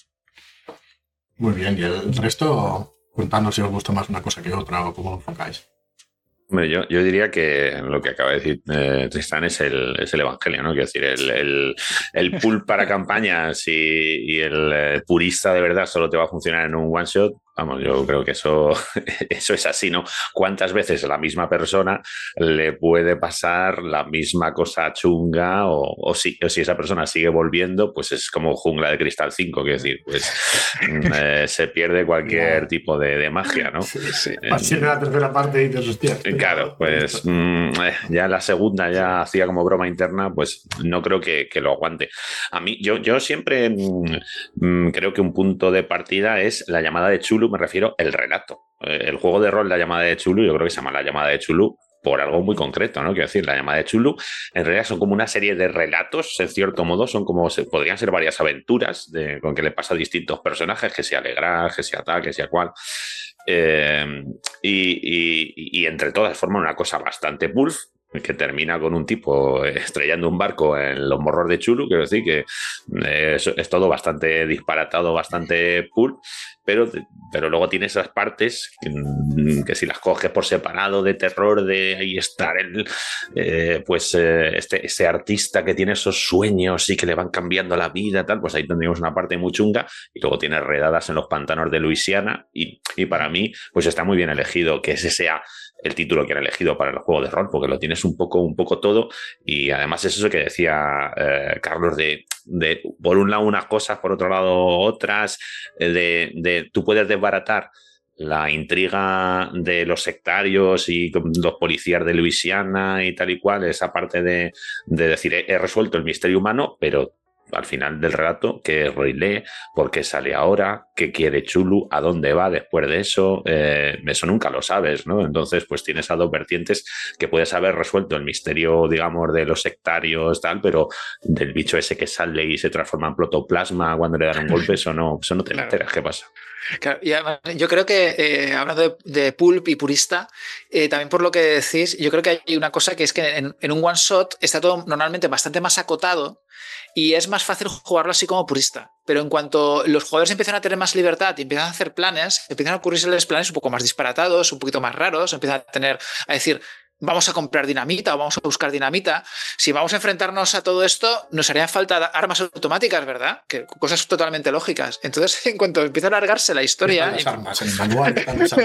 Muy bien, y el resto, contadnos si os gusta más una cosa que otra o cómo lo enfocáis. Hombre, yo, yo diría que lo que acaba de decir eh, Tristán es el, es el evangelio, ¿no? Quiero decir, el, el, el pool para campañas y, y el eh, purista de verdad solo te va a funcionar en un one shot. Vamos, yo creo que eso, eso es así, ¿no? ¿Cuántas veces a la misma persona le puede pasar la misma cosa chunga? O, o, si, o si esa persona sigue volviendo, pues es como Jungla de Cristal cinco, que es decir, pues eh, se pierde cualquier no. tipo de, de magia, ¿no? Sí, sí. Eh, la tercera parte y dices, hostia. Claro, pues mm, ya la segunda ya hacía como broma interna, pues no creo que, que lo aguante. A mí, yo, yo siempre mm, creo que un punto de partida es la llamada de Chulu. Me refiero el relato. El juego de rol, la llamada de Chulu, yo creo que se llama la llamada de Chulu por algo muy concreto, ¿no? Quiero decir, la llamada de Chulu en realidad son como una serie de relatos, en cierto modo, son como, podrían ser varias aventuras de, con que le pasa a distintos personajes, que sea Legrand, que sea tal, que sea cual. Eh, y, y, y entre todas forman una cosa bastante pulp, que termina con un tipo estrellando un barco en los morros de Chulu. Quiero decir que es, es todo bastante disparatado, bastante pulp, pero, pero luego tiene esas partes que, que si las coges por separado, de terror, de ahí estar el, eh, pues eh, este, este artista que tiene esos sueños y que le van cambiando la vida, tal, pues ahí tendríamos una parte muy chunga. Y luego tiene Redadas en los pantanos de Luisiana y, y para mí pues está muy bien elegido que ese sea el título que han elegido para el juego de rol, porque lo tienes un poco, un poco todo, y además es eso que decía eh, Carlos, de, de por un lado unas cosas, por otro lado otras, de, de tú puedes desbaratar la intriga de los sectarios y los policías de Luisiana y tal y cual, esa parte de, de decir, he, he resuelto el misterio humano, pero al final del relato, qué es Roilé, por qué sale ahora, qué quiere Chulu, a dónde va después de eso, eh, eso nunca lo sabes, ¿no? Entonces, pues tienes a dos vertientes que puedes haber resuelto el misterio, digamos, de los sectarios, tal, pero del bicho ese que sale y se transforma en protoplasma cuando le dan un golpe, eso no, eso no te Claro. enteras, ¿qué pasa? Claro, y además, yo creo que, eh, hablando de, de pulp y purista, eh, también por lo que decís, yo creo que hay una cosa que es que en, en un one shot está todo normalmente bastante más acotado y es más fácil jugarlo así como purista. Pero en cuanto los jugadores empiezan a tener más libertad y empiezan a hacer planes, empiezan a ocurrirse planes un poco más disparatados, un poquito más raros, empiezan a tener, a decir, vamos a comprar dinamita o vamos a buscar dinamita. Si vamos a enfrentarnos a todo esto, nos harían falta armas automáticas, ¿verdad? Que cosas totalmente lógicas. Entonces, en cuanto empieza a alargarse la historia... Las armas, en el manual están las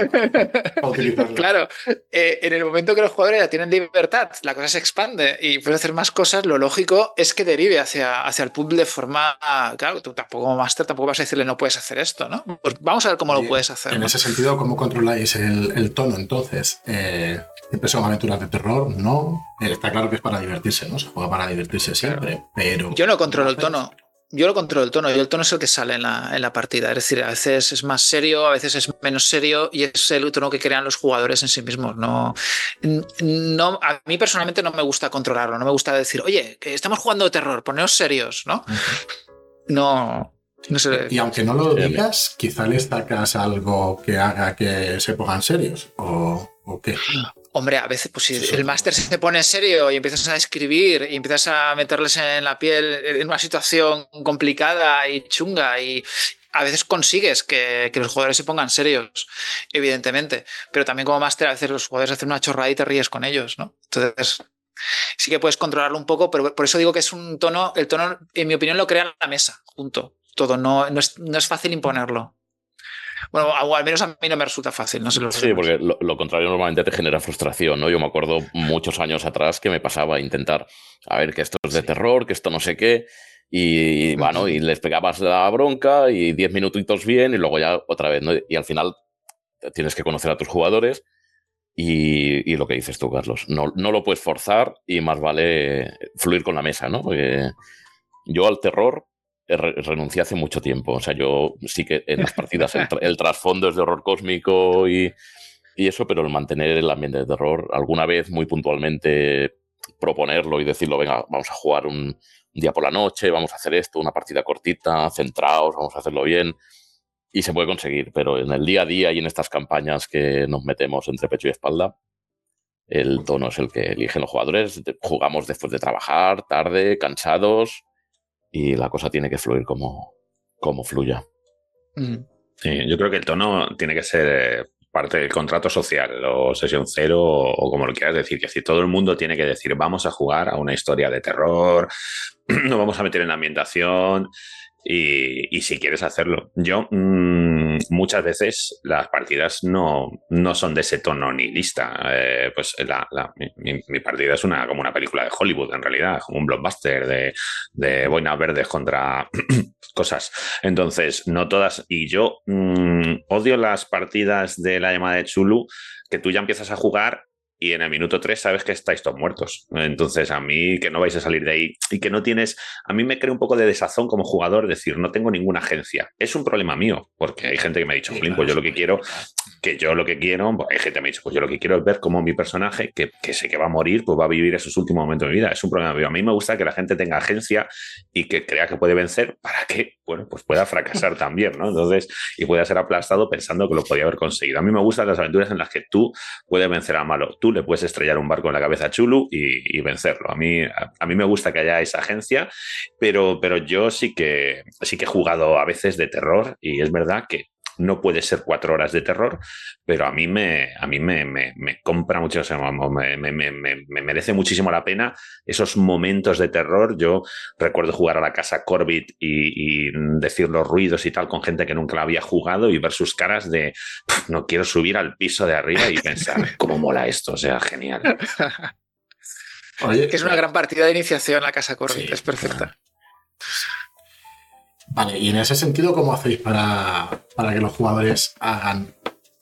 armas. Claro, eh, en el momento que los jugadores ya tienen libertad, la cosa se expande y pueden hacer más cosas, lo lógico es que derive hacia, hacia el pub de forma... Claro, tú tampoco como máster tampoco vas a decirle no puedes hacer esto, ¿no? Pues vamos a ver cómo y lo puedes hacer. En ¿no? ese sentido, ¿cómo controláis el, el tono entonces? Eh... Siempre son aventuras de terror, ¿no? Eh, está claro que es para divertirse, ¿no? Se juega para divertirse siempre, claro. Pero... Yo no controlo el tono. Yo lo controlo el tono. Yo el tono es el que sale en la, en la partida. Es decir, a veces es más serio, a veces es menos serio y es el tono que crean los jugadores en sí mismos. No, no, a mí personalmente no me gusta controlarlo. No me gusta decir, oye, que estamos jugando de terror, poneos serios, ¿no? Uh-huh. No... No sé. Y aunque no lo digas, quizá les sacas algo que haga que se pongan serios, ¿o, o qué? Hombre, a veces, pues si sí, el máster se pone en serio y empiezas a escribir y empiezas a meterles en la piel en una situación complicada y chunga y a veces consigues que, que los jugadores se pongan serios, evidentemente, pero también como máster a veces los jugadores hacen una chorrada y te ríes con ellos, ¿no? Entonces... sí que puedes controlarlo un poco, pero por eso digo que es un tono, el tono, en mi opinión, lo crea la mesa, junto. Todo, no, no, es, no es fácil imponerlo. Bueno, o al menos a mí no me resulta fácil. No sé lo sí, demás. Porque lo, lo contrario normalmente te genera frustración, ¿no? Yo me acuerdo muchos años atrás que me pasaba a intentar, a ver, que esto es de sí. terror, que esto no sé qué, y, y bueno, y les pegabas la bronca y diez minutitos bien y luego ya otra vez, ¿no? Y al final tienes que conocer a tus jugadores y, y lo que dices tú, Carlos, no, no lo puedes forzar y más vale fluir con la mesa, ¿no? Porque yo al terror re renuncié hace mucho tiempo. O sea, yo sí que en las partidas el, tra el trasfondo es de horror cósmico y, y eso, pero el mantener el ambiente de terror, alguna vez muy puntualmente proponerlo y decirlo, venga, vamos a jugar un, un día por la noche, vamos a hacer esto, una partida cortita, centrados, vamos a hacerlo bien. Y se puede conseguir, pero en el día a día y en estas campañas que nos metemos entre pecho y espalda, el tono es el que eligen los jugadores. Jugamos después de trabajar, tarde, cansados, y la cosa tiene que fluir como, como fluya. Sí, yo creo que el tono tiene que ser parte del contrato social, o sesión cero, o como lo quieras decir, que si todo el mundo tiene que decir, vamos a jugar a una historia de terror, nos vamos a meter en ambientación. Y, y si quieres hacerlo. Yo mmm, muchas veces las partidas no, no son de ese tono nihilista. Eh, pues la, la, mi, mi partida es una, como una película de Hollywood, en realidad, como un blockbuster de, de boinas verdes contra cosas. Entonces, no todas. Y yo mmm, odio las partidas de la llamada de Chulu, que tú ya empiezas a jugar y en el minuto tres sabes que estáis todos muertos. Entonces, a mí, que no vais a salir de ahí y que no tienes... A mí me crea un poco de desazón como jugador decir, no tengo ninguna agencia. Es un problema mío, porque hay gente que me ha dicho, sí, claro, pues yo lo que quiero... Que yo lo que quiero... Pues hay gente que me ha dicho, pues yo lo que quiero es ver cómo mi personaje, que, que sé que va a morir, pues va a vivir esos últimos momentos de mi vida. Es un problema mío. A mí me gusta que la gente tenga agencia y que crea que puede vencer para que, bueno, pues pueda fracasar también, ¿no? Entonces, y pueda ser aplastado pensando que lo podía haber conseguido. A mí me gustan las aventuras en las que tú puedes vencer al malo. Tú le puedes estrellar un barco en la cabeza a Chulu y, y vencerlo. A mí, a, a mí me gusta que haya esa agencia, pero, pero yo sí que, sí que he jugado a veces de terror y es verdad que no puede ser cuatro horas de terror, pero a mí me, a mí me, me, me compra mucho, o sea, me, me, me, me merece muchísimo la pena esos momentos de terror. Yo recuerdo jugar a la casa Corbett y, y decir los ruidos y tal con gente que nunca la había jugado y ver sus caras de no quiero subir al piso de arriba y pensar cómo mola esto, o sea, genial. Oye, que es una gran partida de iniciación la casa Corbett, sí, es perfecta. Vale, y en ese sentido, ¿cómo hacéis para, para que los jugadores hagan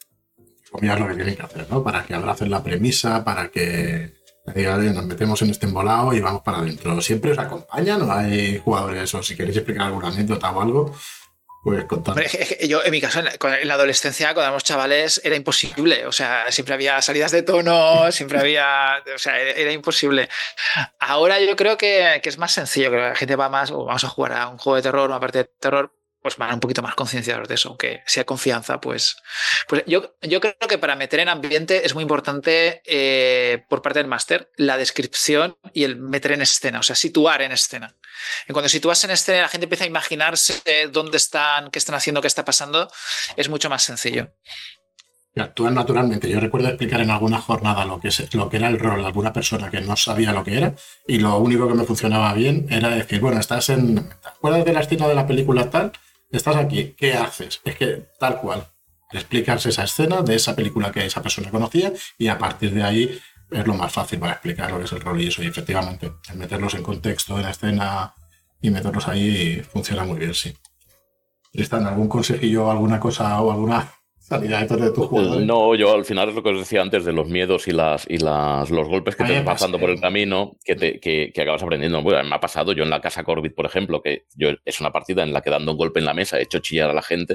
lo que tienen que hacer, ¿no? Para que abracen la premisa, para que digan, nos metemos en este embolado y vamos para adentro. ¿Siempre os acompañan o hay jugadores, o si queréis explicar alguna anécdota o algo, pues contad? Yo, en mi caso, en la, en la adolescencia, cuando éramos chavales, era imposible. O sea, siempre había salidas de tono, siempre había... O sea, era, era imposible. Ahora yo creo que, que es más sencillo, que la gente va más, o vamos a jugar a un juego de terror, una parte de terror, pues van un poquito más concienciados de eso, aunque si hay confianza, pues... pues yo, yo creo que para meter en ambiente es muy importante, eh, por parte del máster, la descripción y el meter en escena, o sea, situar en escena. Y cuando sitúas en escena, la gente empieza a imaginarse dónde están, qué están haciendo, qué está pasando, es mucho más sencillo. Y actúan naturalmente. Yo recuerdo explicar en alguna jornada lo que, es, lo que era el rol de alguna persona que no sabía lo que era, y lo único que me funcionaba bien era decir, bueno, estás en... ¿te acuerdas de la escena de la película tal? Estás aquí, ¿qué haces? Es que tal cual. Explicas esa escena de esa película que esa persona conocía y a partir de ahí es lo más fácil para explicar lo que es el rol y eso. Y efectivamente, el meterlos en contexto de la escena y meterlos ahí funciona muy bien, sí. ¿Están algún consejillo, alguna cosa o alguna salida de, de tu juego? No, yo al final es lo que os decía antes de los miedos y las y las los golpes que te vas pasando por el camino que, te, que, que acabas aprendiendo. Bueno, me ha pasado yo en la casa Corbett, por ejemplo, que yo es una partida en la que dando un golpe en la mesa he hecho chillar a la gente.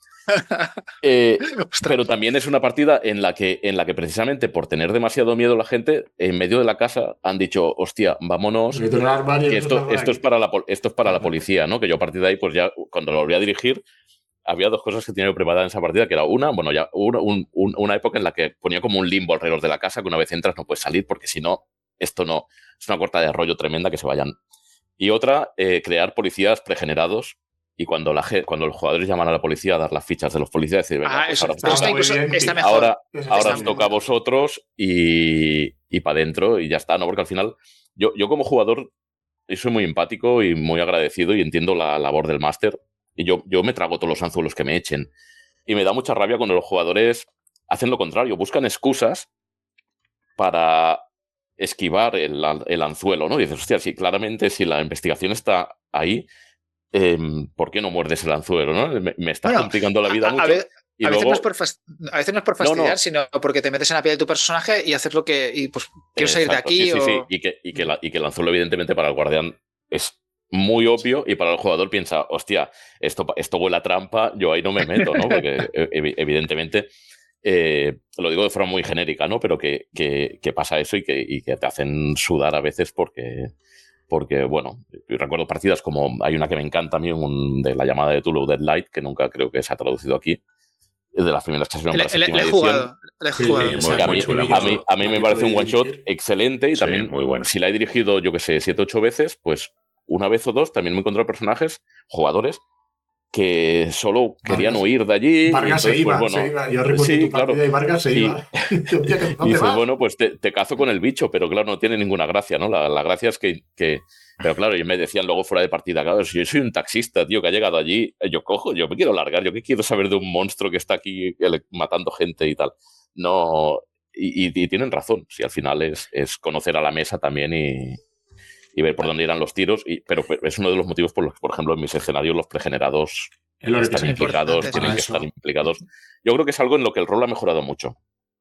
eh, pero también es una partida en la que en la que precisamente por tener demasiado miedo la gente en medio de la casa han dicho, hostia, vámonos, que esto, esto es para la esto es para la policía, ¿no? Que yo a partir de ahí, pues ya cuando lo volví a dirigir, había dos cosas que tenía preparada en esa partida, que era una, bueno, ya una, un, un, una época en la que ponía como un limbo alrededor de la casa, que una vez entras no puedes salir, porque si no, esto no, es una corta de rollo tremenda que se vayan. Y otra, eh, crear policías pregenerados. Y cuando, la, cuando los jugadores llaman a la policía a dar las fichas de los policías, decir, venga, ah, pues eso, ahora, está, está incluso, está mejor. ahora, ahora os toca a vosotros y, y para adentro y ya está, ¿no? Porque al final, yo, yo como jugador soy muy empático y muy agradecido y entiendo la labor del máster. Y yo, yo me trago todos los anzuelos que me echen. Y me da mucha rabia cuando los jugadores hacen lo contrario, buscan excusas para esquivar el, el anzuelo, ¿no? Y dices, hostia, sí, claramente si la investigación está ahí, Eh, ¿por qué no muerdes el anzuelo? ¿No? Me, me estás bueno, complicando la vida a, mucho. A, ver, y a, luego... veces no es por fast... a veces no es por fastidiar, no, no. sino porque te metes en la piel de tu personaje y haces lo que... Y pues quiero salir Exacto, de aquí sí, o... sí, sí. Y, que, y, que la, y que el anzuelo, evidentemente, para el guardián es muy obvio y para el jugador piensa, hostia, esto, esto huele a trampa, yo ahí no me meto, ¿no? Porque evidentemente, eh, lo digo de forma muy genérica, ¿no? Pero que, que, que pasa eso y que, y que te hacen sudar a veces porque, porque bueno, recuerdo partidas como, hay una que me encanta a mí, un, de la llamada de Tulu, Deadlight, que nunca creo que se ha traducido aquí, de las primeras que se hicieron para le, séptima le, le edición. Jugado, le he jugado. Sí, a, mí, a, mí, a mí me parece un one shot excelente y sí, también, muy bueno. Si la he dirigido, yo que sé, siete, ocho veces, pues una vez o dos también me he encontrado personajes, jugadores, que solo querían Vargas. huir de allí. Vargas y entonces, se iba, pues, bueno, se iba. Yo recuerdo sí, tu partida claro. y Vargas se y, iba. y dices, bueno, pues te, te cazo con el bicho, pero claro, no tiene ninguna gracia, ¿no? La, la gracia es que, que... Pero claro, ellos me decían luego fuera de partida, claro, si yo soy un taxista, tío, que ha llegado allí, yo cojo, yo me quiero largar, yo qué quiero saber de un monstruo que está aquí matando gente y tal. No, y, y, y tienen razón, si al final es, es conocer a la mesa también y, y ver por dónde irán los tiros, y, pero es uno de los motivos por los que, por ejemplo, en mis escenarios los pregenerados están implicados, tienen que estar implicados. Yo creo que es algo en lo que el rol ha mejorado mucho.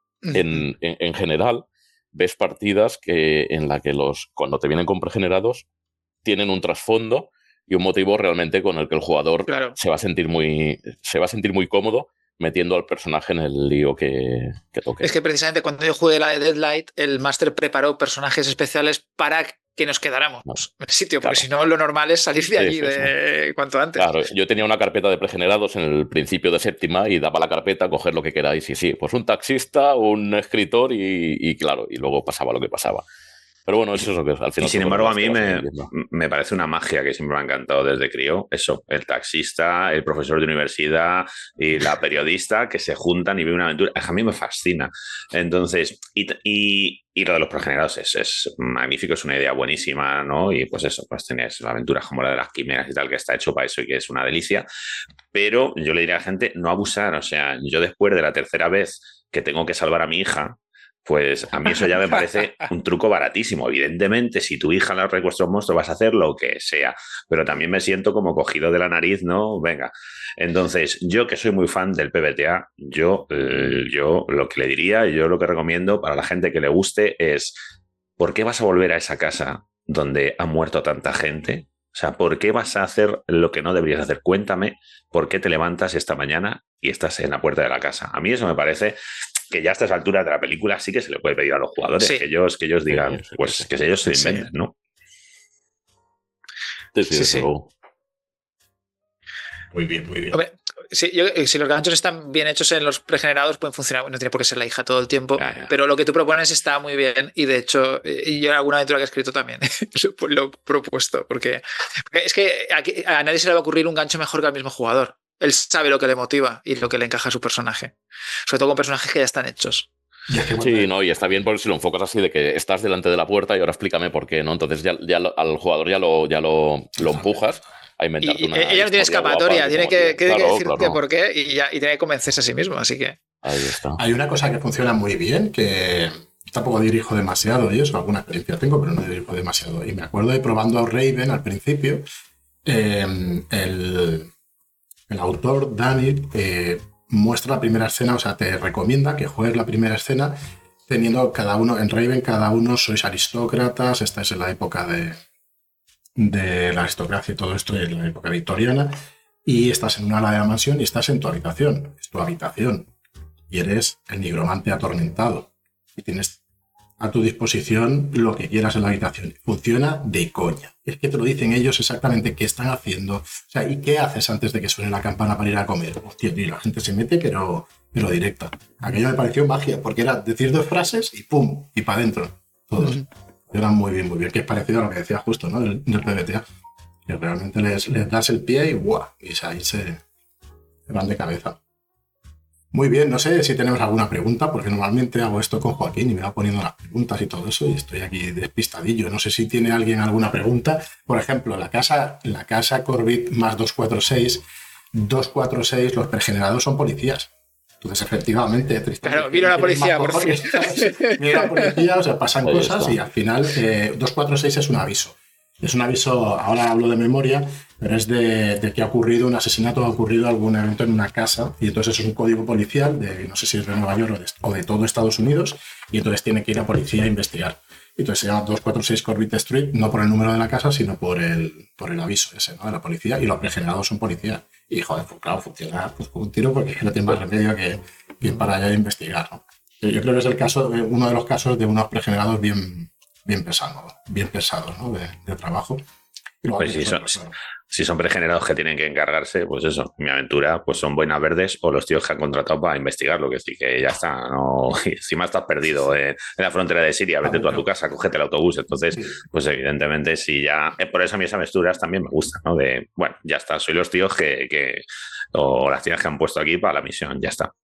En, en, en general, ves partidas que, en la que los, cuando te vienen con pregenerados, tienen un trasfondo y un motivo realmente con el que el jugador claro. se va a sentir muy, se va a sentir muy cómodo metiendo al personaje en el lío que, que toque. Es que precisamente cuando yo jugué la de Deadlight, el máster preparó personajes especiales para que nos quedáramos no. en el sitio, porque claro. si no, lo normal es salir de allí sí, sí, de sí. cuanto antes. Claro, yo tenía una carpeta de pregenerados en el principio de séptima y daba la carpeta, coger lo que queráis y sí, pues un taxista, un escritor y, y claro, y luego pasaba lo que pasaba. Pero bueno, eso es lo que al final... Y sin embargo, a mí me, me parece una magia que siempre me ha encantado desde crío. Eso, el taxista, el profesor de universidad y la periodista que se juntan y viven una aventura. A mí me fascina. Entonces, y, y, y lo de los progenerados es, es magnífico, es una idea buenísima, ¿no? Y pues eso, pues tenés aventuras como la de las quimeras y tal, que está hecho para eso y que es una delicia. Pero yo le diría a la gente no abusar. O sea, yo después de la tercera vez que tengo que salvar a mi hija, pues a mí eso ya me parece un truco baratísimo. Evidentemente, si tu hija le recuestra un monstruo, vas a hacer lo que sea. Pero también me siento como cogido de la nariz, ¿no? Venga. Entonces, yo que soy muy fan del P B T A, yo, eh, yo lo que le diría, yo lo que recomiendo para la gente que le guste es, ¿por qué vas a volver a esa casa donde ha muerto tanta gente? O sea, ¿por qué vas a hacer lo que no deberías hacer? Cuéntame por qué te levantas esta mañana y estás en la puerta de la casa. A mí eso me parece... que ya a estas alturas de la película sí que se le puede pedir a los jugadores sí. que, ellos, que ellos digan, sí, sí, pues sí. que ellos se inventen, sí. ¿no? Sí, sí, sí. Muy bien, muy bien. Hombre, si, yo, si los ganchos están bien hechos en los pregenerados, pueden funcionar. No tiene por qué ser la hija todo el tiempo, ya, ya. Pero lo que tú propones está muy bien y de hecho, yo en alguna aventura que he escrito también lo, lo he propuesto, porque, porque es que aquí, a nadie se le va a ocurrir un gancho mejor que al mismo jugador. Él sabe lo que le motiva y lo que le encaja a su personaje. Sobre todo con personajes que ya están hechos. Sí, no, y está bien porque si lo enfocas así de que estás delante de la puerta y ahora explícame por qué, ¿no? Entonces ya, ya lo, al jugador ya lo, ya lo, lo empujas a inventarte y, una ella no tiene escapatoria, tiene que, que, claro, que decirte claro. por qué y, ya, y tiene que convencerse a sí mismo, así que... Ahí está. Hay una cosa que funciona muy bien, que tampoco dirijo demasiado y eso, alguna experiencia tengo, pero no dirijo demasiado. Y me acuerdo de probando a Raven al principio, eh, el... El autor, Dani, eh, muestra la primera escena, o sea, te recomienda que juegues la primera escena teniendo cada uno, en Raven, cada uno sois aristócratas, estáis en la época de, de la aristocracia y todo esto, en la época victoriana, y estás en una ala de la mansión y estás en tu habitación, es tu habitación, y eres el nigromante atormentado, y tienes a tu disposición lo que quieras en la habitación. Funciona de coña. Es que te lo dicen ellos exactamente qué están haciendo. O sea, ¿y qué haces antes de que suene la campana para ir a comer? Hostia, tío, la gente se mete, pero, pero directa. Aquello me pareció magia, porque era decir dos frases y ¡pum! Y para adentro. Todos. Uh-huh. Era muy bien, muy bien. Que es parecido a lo que decía justo, ¿no? Del, del P B T A. Que realmente les, les das el pie y ¡guau! Y ahí se, se van de cabeza. Muy bien, no sé si tenemos alguna pregunta, porque normalmente hago esto con Joaquín y me va poniendo las preguntas y todo eso, y estoy aquí despistadillo. No sé si tiene alguien alguna pregunta. Por ejemplo, la casa, la casa Corbett más dos cuatro seis, dos cuatro seis, los pregenerados son policías. Entonces, efectivamente, triste. Claro, vino la policía, por fin. Viene la policía, o sea, pasan Ahí cosas está. Y al final eh, dos cuatro seis es un aviso. Es un aviso, ahora hablo de memoria, pero es de, de que ha ocurrido un asesinato, ha ocurrido algún evento en una casa, y entonces es un código policial de, no sé si es de Nueva York o de, o de todo Estados Unidos, y entonces tiene que ir a policía a investigar. Y entonces se llama doscientos cuarenta y seis Corbett Street, no por el número de la casa, sino por el, por el aviso ese, ¿no? De la policía. Y los pregenerados son policías. Y, joder, pues claro, funciona pues, con un tiro porque no tiene más remedio que ir para allá a investigar, ¿no? Yo creo que es el caso, uno de los casos de unos pregenerados bien, bien pesados, bien pesados, ¿no? de, de trabajo. Y luego, pues si son, claro. si son pregenerados que tienen que encargarse, pues eso, mi aventura, pues son boinas verdes o los tíos que han contratado para investigar, lo que sí que ya está, no, y encima estás perdido eh, en la frontera de Siria, vete tú a tu casa, cógete el autobús, entonces, pues evidentemente si ya, por eso a mí esas aventuras también me gustan, ¿no? De, bueno, ya está, soy los tíos que, que o las tías que han puesto aquí para la misión, ya está.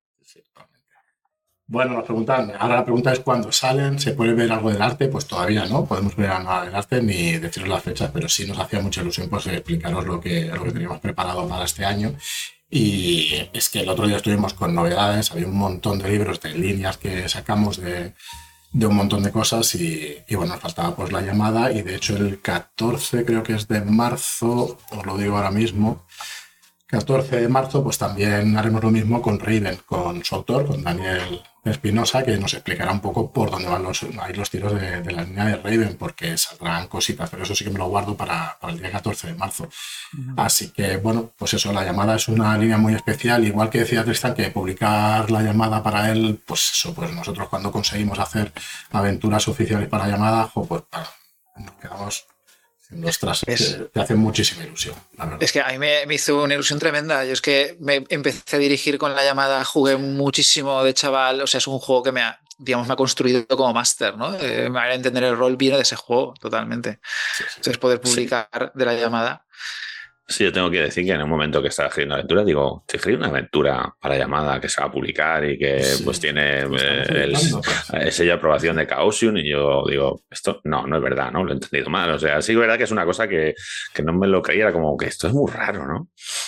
Bueno, nos preguntan, ahora la pregunta es cuándo salen, ¿se puede ver algo del arte? Pues todavía no, podemos ver nada del arte ni deciros las fechas, pero sí nos hacía mucha ilusión pues explicaros lo que, lo que teníamos preparado para este año. Y es que el otro día estuvimos con novedades, había un montón de libros, de líneas que sacamos de, de un montón de cosas y, y bueno, nos faltaba pues la llamada y de hecho el catorce creo que es de marzo, os lo digo ahora mismo, catorce de marzo, pues también haremos lo mismo con Raven, con su autor, con Daniel Espinosa, que nos explicará un poco por dónde van los, ahí los tiros de, de la línea de Raven, porque saldrán cositas, pero eso sí que me lo guardo para, para el día catorce de marzo. Uh-huh. Así que, bueno, pues eso, la llamada es una línea muy especial, igual que decía Tristan, que publicar la llamada para él, pues eso, pues nosotros cuando conseguimos hacer aventuras oficiales para la llamada, pues para, nos quedamos... Ostras, es, te, te hace muchísima ilusión, la verdad. Es que a mí me, me hizo una ilusión tremenda. Yo es que me empecé a dirigir con la llamada, jugué muchísimo de chaval, o sea, es un juego que me ha, digamos, me ha construido como máster, ¿no? Eh, me va a entender el rol viene de ese juego, totalmente. Sí, sí. Entonces, poder publicar sí. de la llamada. Sí, yo tengo que decir que en un momento que estaba escribiendo aventura, digo, te escribí una aventura para llamada que se va a publicar y que sí, pues tiene eh, el, el sello de aprobación de Chaosium y yo digo, esto no, no es verdad, ¿no? Lo he entendido mal. O sea, sí es verdad que es una cosa que, que no me lo creía, era como que esto es muy raro, ¿no?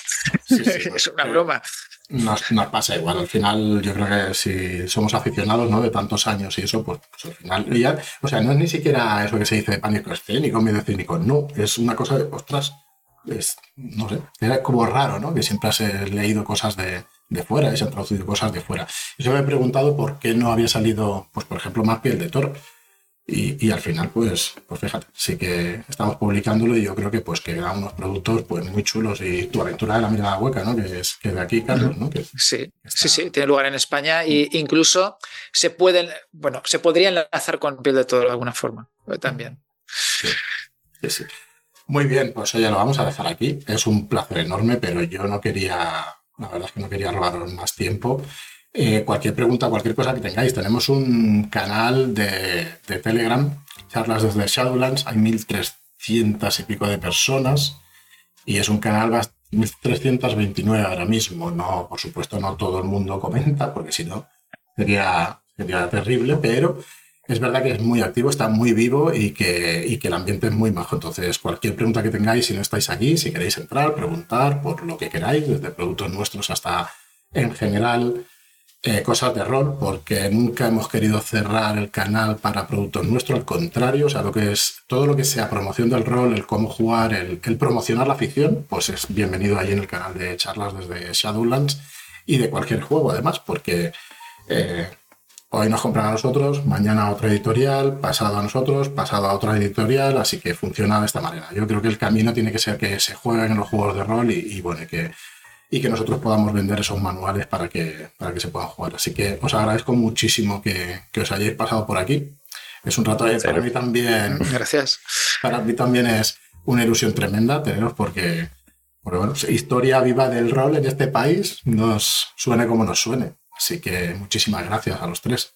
Sí, sí, es una broma. Nos, nos pasa igual, al final yo creo que si somos aficionados, ¿no? De tantos años y eso, pues, pues al final ya, o sea, no es ni siquiera eso que se dice de pánico escénico, miedo escénico, no, es una cosa de, ostras, es, no sé, era como raro, ¿no? Que siempre has leído cosas de, de fuera y se han traducido cosas de fuera. Y yo me he preguntado por qué no había salido, pues por ejemplo, más Piel de Toro. Y, y al final, pues, pues fíjate, sí que estamos publicándolo y yo creo que pues que eran unos productos pues muy chulos. Y tu aventura de la mirada hueca, ¿no? Que es que de aquí, Carlos, ¿no? Que, sí, que está... sí, sí, tiene lugar en España e incluso se pueden, bueno, se podría enlazar con Piel de Toro de alguna forma también. Sí, sí, sí. Muy bien, pues ya lo vamos a dejar aquí. Es un placer enorme, pero yo no quería, la verdad es que no quería robaros más tiempo. Eh, cualquier pregunta, cualquier cosa que tengáis, tenemos un canal de, de Telegram, charlas desde Shadowlands, hay mil trescientas y pico de personas y es un canal mil trescientos veintinueve ahora mismo. No, por supuesto, no todo el mundo comenta, porque si no sería, sería terrible, pero es verdad que es muy activo, está muy vivo y que, y que el ambiente es muy majo. Entonces, cualquier pregunta que tengáis, si no estáis allí, si queréis entrar, preguntar por lo que queráis, desde productos nuestros hasta, en general, eh, cosas de rol, porque nunca hemos querido cerrar el canal para productos nuestros, al contrario, o sea, lo que es, todo lo que sea promoción del rol, el cómo jugar, el, el promocionar la ficción, pues es bienvenido allí en el canal de charlas desde Shadowlands y de cualquier juego, además, porque... Eh, hoy nos compran a nosotros, mañana a otra editorial, pasado a nosotros, pasado a otra editorial, así que funciona de esta manera. Yo creo que el camino tiene que ser que se jueguen en los juegos de rol y, y bueno, y que, y que nosotros podamos vender esos manuales para que, para que se puedan jugar. Así que os agradezco muchísimo que, que os hayáis pasado por aquí. Es un rato de, para mí también. Gracias. Para mí también es una ilusión tremenda teneros porque, porque bueno, historia viva del rol en este país nos suene como nos suene. Así que muchísimas gracias a los tres.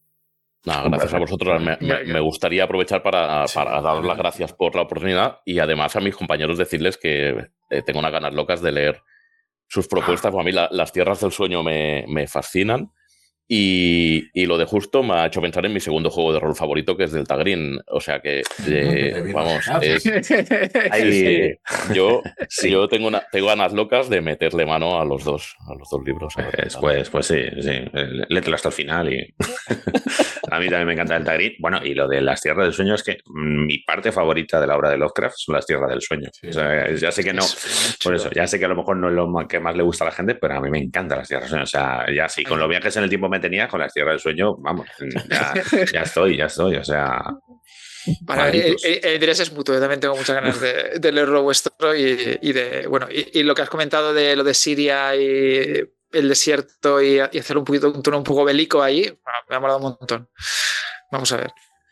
No, gracias a vosotros. Me, me, me gustaría aprovechar para, para daros las gracias por la oportunidad y además a mis compañeros decirles que eh, tengo unas ganas locas de leer sus propuestas. A mí la, las Tierras del Sueño me, me fascinan y, y lo de Justo me ha hecho pensar en mi segundo juego de rol favorito, que es Delta Green. O sea que, eh, vamos, es, ahí, yo, sí. yo tengo, una, tengo ganas locas de meterle mano a los dos, a los dos libros. Pues, pues, pues sí, sí. Léetelo hasta el final y... A mí también me encanta Delta Green. Bueno, y lo de las Tierras del Sueño es que mi parte favorita de la obra de Lovecraft son las Tierras del Sueño. Sí. O sea, ya sé que no, por eso, ya sé que a lo mejor no es lo que más le gusta a la gente, pero a mí me encantan las Tierras del Sueño. O sea, ya sí, con los viajes en el tiempo me tenía con las Tierras del Sueño, vamos, ya, ya estoy, ya estoy, o sea... Para el, el, el interés es mutuo, yo también tengo muchas ganas de, de leer lo vuestro y, y de, bueno, y, y lo que has comentado de lo de Siria y el desierto y, y hacer un poquito un tono un poco bélico ahí, bueno, me ha molado un montón. Vamos a ver.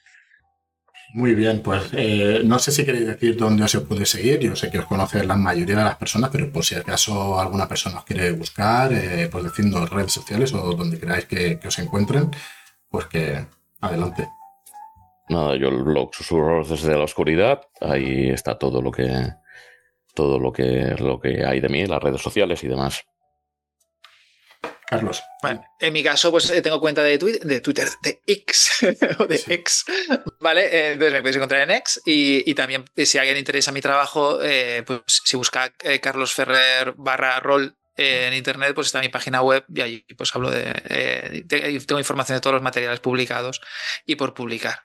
Muy bien, pues eh, no sé si queréis decir dónde os puede seguir. Yo sé que os conoce la mayoría de las personas, pero por si acaso alguna persona os quiere buscar, eh, pues decidnos redes sociales o donde queráis que, que os encuentren, pues que adelante. Nada, yo lo susurro desde la oscuridad, ahí está todo lo que todo lo que lo que hay de mí, las redes sociales y demás. Carlos. Bueno, en mi caso, pues tengo cuenta de Twitter, de Twitter, de X, o de sí. X, ¿vale? Entonces me podéis encontrar en X y, y también si a alguien interesa mi trabajo, eh, pues si busca eh, Carlos Ferrer barra rol eh, en internet, pues está mi página web y allí pues hablo de, eh, de, tengo información de todos los materiales publicados y por publicar.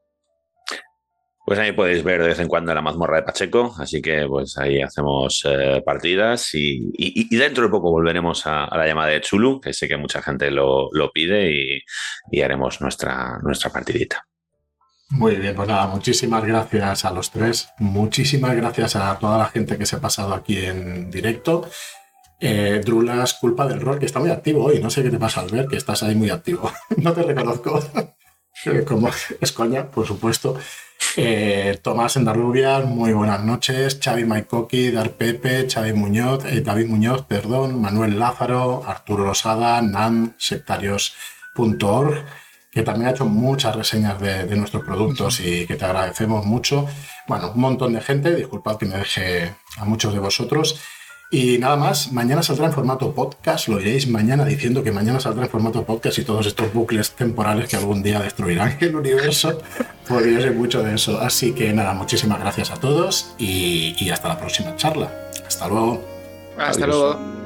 Pues ahí podéis ver de vez en cuando la mazmorra de Pacheco, así que pues ahí hacemos eh, partidas y, y, y dentro de poco volveremos a, a la llamada de Chulu, que sé que mucha gente lo, lo pide y, y haremos nuestra, nuestra partidita. Muy bien, pues nada, muchísimas gracias a los tres, muchísimas gracias a toda la gente que se ha pasado aquí en directo. Eh, Drulas, culpa del rol, que está muy activo hoy, no sé qué te pasa al ver, que estás ahí muy activo, no te reconozco. Como es coña, por supuesto. Eh, Tomás Endarrubias, muy buenas noches. Xavi Maikoki, Dar Pepe, Xavi Muñoz, eh, David Muñoz, perdón, Manuel Lázaro, Arturo Rosada, Nan, sectarios punto org, que también ha hecho muchas reseñas de, de nuestros productos y que te agradecemos mucho. Bueno, un montón de gente, disculpad que me deje a muchos de vosotros. Y nada más, mañana saldrá en formato podcast, lo oiréis mañana diciendo que mañana saldrá en formato podcast y todos estos bucles temporales que algún día destruirán el universo, porque yo sé mucho de eso. Así que nada, muchísimas gracias a todos y, y hasta la próxima charla. Hasta luego. Hasta Adiós. luego.